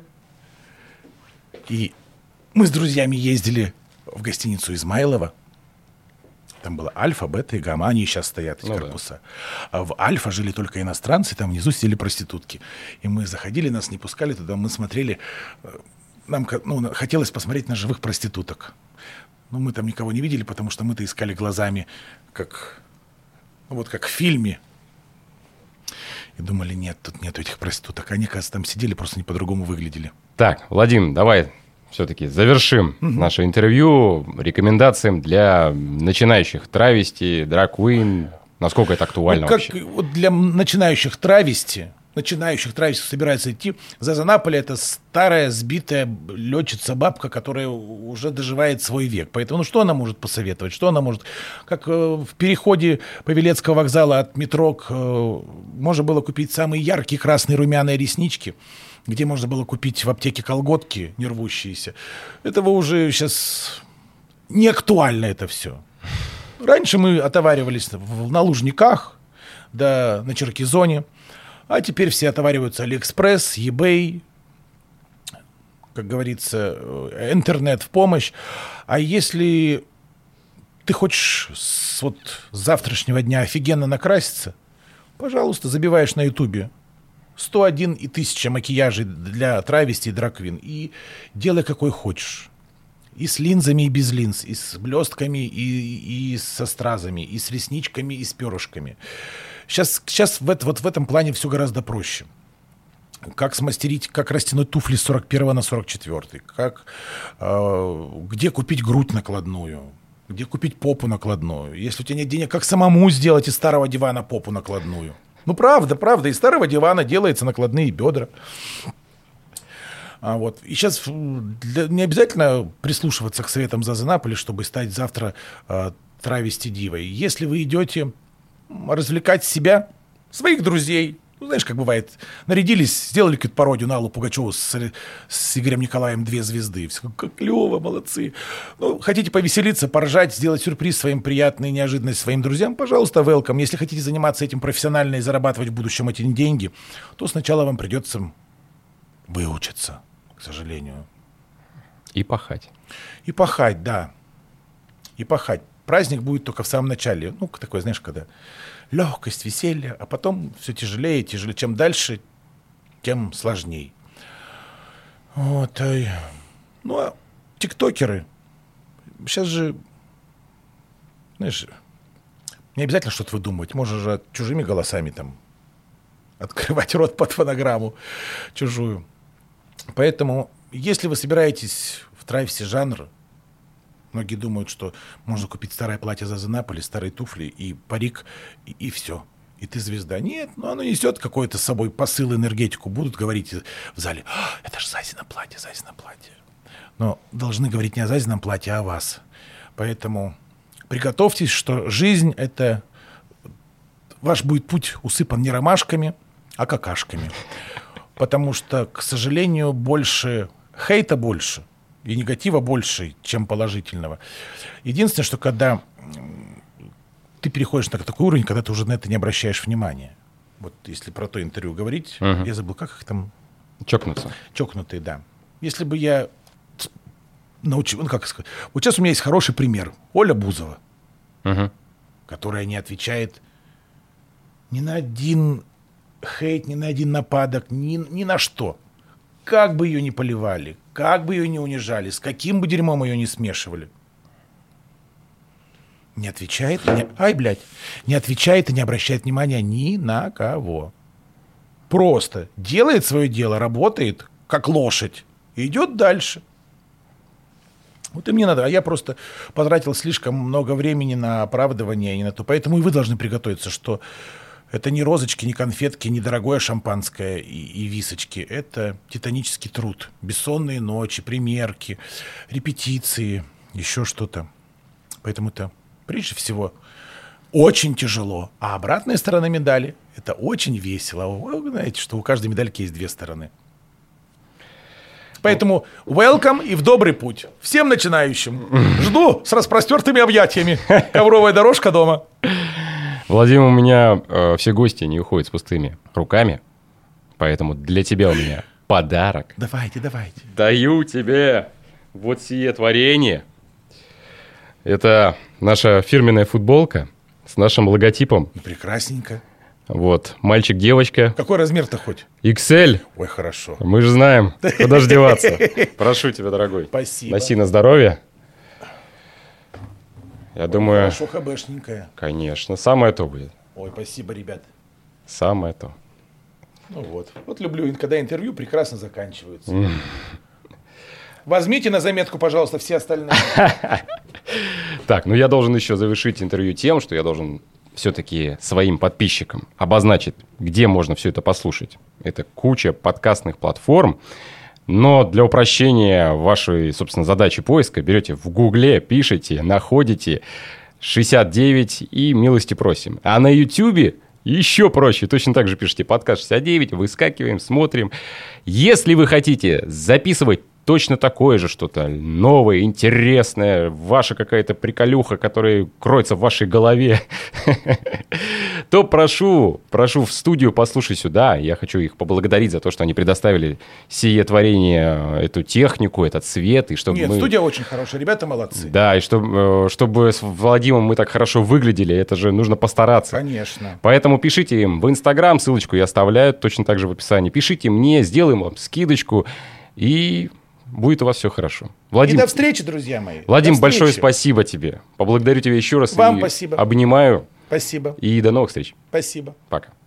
и мы с друзьями ездили в гостиницу Измайлова, там было Альфа, Бета и Гамма, они сейчас стоят, эти ну, корпуса. Да. А в Альфа жили только иностранцы, там внизу сидели проститутки. И мы заходили, нас не пускали туда, мы смотрели, нам ну, хотелось посмотреть на живых проституток. Но мы там никого не видели, потому что мы-то искали глазами, как, ну, вот как в фильме. И думали, нет, тут нету этих проституток. Они, кажется, там сидели, просто не по-другому выглядели. Так, Владимир, давай все-таки завершим угу. наше интервью рекомендациям для начинающих травести, драг-квин. Насколько это актуально ну, как, вообще? Вот для начинающих травести, начинающих травести собирается идти, Заза Наполи — это старая, сбитая летчица-бабка, которая уже доживает свой век. Поэтому, ну, что она может посоветовать? Что она может... Как э, в переходе Павелецкого вокзала от метро к, э, можно было купить самые яркие красные румяные реснички, где можно было купить в аптеке колготки, не рвущиеся. Этого уже сейчас не актуально это все. Раньше мы отоваривались на Лужниках, да на Черкизоне, а теперь все отовариваются Алиэкспресс, eBay, как говорится, интернет в помощь. А если ты хочешь с, вот, с завтрашнего дня офигенно накраситься, пожалуйста, забиваешь на Ютубе сто один и тысяча макияжей для травести и драг-квин и делай какой хочешь. И с линзами, и без линз, и с блестками, и, и со стразами, и с ресничками, и с перышками. Сейчас, сейчас в, это, вот в этом плане все гораздо проще. Как смастерить, как растянуть туфли с сорок первого на сорок четвёртый, как, э, где купить грудь накладную, где купить попу накладную. Если у тебя нет денег, как самому сделать из старого дивана попу накладную. Ну, правда, правда, из старого дивана делаются накладные бедра. А вот. И сейчас для, не обязательно прислушиваться к советам Зазы Наполи, чтобы стать завтра э, травести-дивой. Если вы идете развлекать себя, своих друзей, ну, знаешь, как бывает, нарядились, сделали какую-то пародию на Аллу Пугачеву с, с Игорем Николаем «Две звезды». Все как клево, молодцы. Ну, хотите повеселиться, поржать, сделать сюрприз своим приятный, неожиданность своим друзьям, пожалуйста, welcome. Если хотите заниматься этим профессионально и зарабатывать в будущем эти деньги, то сначала вам придется выучиться, к сожалению. И пахать. И пахать, да. И пахать. праздник будет только в самом начале. Ну, такой, знаешь, когда легкость, веселье, а потом все тяжелее, тяжелее. Чем дальше, тем сложнее. Вот. Ну, а тиктокеры. Сейчас же, знаешь, не обязательно что-то выдумывать. Можно же чужими голосами там открывать рот под фонограмму чужую. Поэтому, если вы собираетесь в трайвсе жанр, многие думают, что можно купить старое платье за Наполи, старые туфли и парик, и, и все. И ты звезда. Нет, но оно несет какой-то с собой посыл, энергетику. Будут говорить в зале: это же Зазина платье, Зазина платье. Но должны говорить не о Зазином платье, а о вас. Поэтому приготовьтесь, что жизнь — это... Ваш будет путь усыпан не ромашками, а какашками. Потому что, к сожалению, больше... Хейта больше. И негатива больше, чем положительного. Единственное, что когда ты переходишь на такой уровень, когда ты уже на это не обращаешь внимания. Вот если про то интервью говорить, uh-huh. я забыл, как их там... Чокнуться. Чокнутые, да. Если бы я научил... Ну, как сказать... Вот сейчас у меня есть хороший пример. Оля Бузова, uh-huh. которая не отвечает ни на один хейт, ни на один нападок, ни, ни на что. Как бы ее ни поливали, как бы ее ни унижали, с каким бы дерьмом ее ни смешивали. Не отвечает, не, ай, блядь, не отвечает и не обращает внимания ни на кого. Просто делает свое дело, работает, как лошадь, и идет дальше. Вот и мне надо. А я просто потратил слишком много времени на оправдывание и на то. Поэтому и вы должны приготовиться, что это не розочки, не конфетки, не дорогое шампанское и, и височки. Это титанический труд. Бессонные ночи, примерки, репетиции, еще что-то. Поэтому это, прежде всего, очень тяжело. А обратная сторона медали — это очень весело. Вы знаете, что у каждой медальки есть две стороны. Поэтому welcome и в добрый путь. Всем начинающим. Жду с распростертыми объятиями. Ковровая дорожка дома. Владимир, у меня э, все гости не уходят с пустыми руками, поэтому для тебя у меня подарок. Давайте, давайте. Даю тебе вот сие творение. Это наша фирменная футболка с нашим логотипом. Ну, прекрасненько. Вот, мальчик-девочка. Какой размер-то хоть? икс эль. Ой, хорошо. Мы же знаем, куда же деваться. Прошу тебя, дорогой. Спасибо. Носи на здоровье. Я Ой, думаю... Хорошо, хэбэшненькая. Конечно, самое то будет. Ой, спасибо, ребят. Самое то. Ну вот. Вот люблю, когда интервью прекрасно заканчиваются. Mm. Возьмите на заметку, пожалуйста, все остальные. Так, ну я должен еще завершить интервью тем, что я должен все-таки своим подписчикам обозначить, где можно все это послушать. Это куча подкастных платформ. Но для упрощения вашей, собственно, задачи поиска берете в Гугле, пишите, находите шестьдесят девять и милости просим. А на Ютубе еще проще. Точно так же пишите подкаст шестьдесят девять, выскакиваем, смотрим. Если вы хотите записывать точно такое же что-то новое, интересное, ваша какая-то приколюха, которая кроется в вашей голове, то прошу, прошу в студию «Послушай сюда». Я хочу их поблагодарить за то, что они предоставили сие творение, эту технику, этот свет. И чтобы Нет, мы... студия очень хорошая, ребята молодцы. Да, и чтобы, чтобы с Владимиром мы так хорошо выглядели, это же нужно постараться. Конечно. Поэтому пишите им в Инстаграм, ссылочку я оставляю точно так же в описании. Пишите мне, сделаем вам скидочку, и будет у вас все хорошо. Владимир, и до встречи, друзья мои. Владимир, большое спасибо тебе. Поблагодарю тебя еще раз. Вам и спасибо. Обнимаю. Спасибо. И до новых встреч. Спасибо. Пока.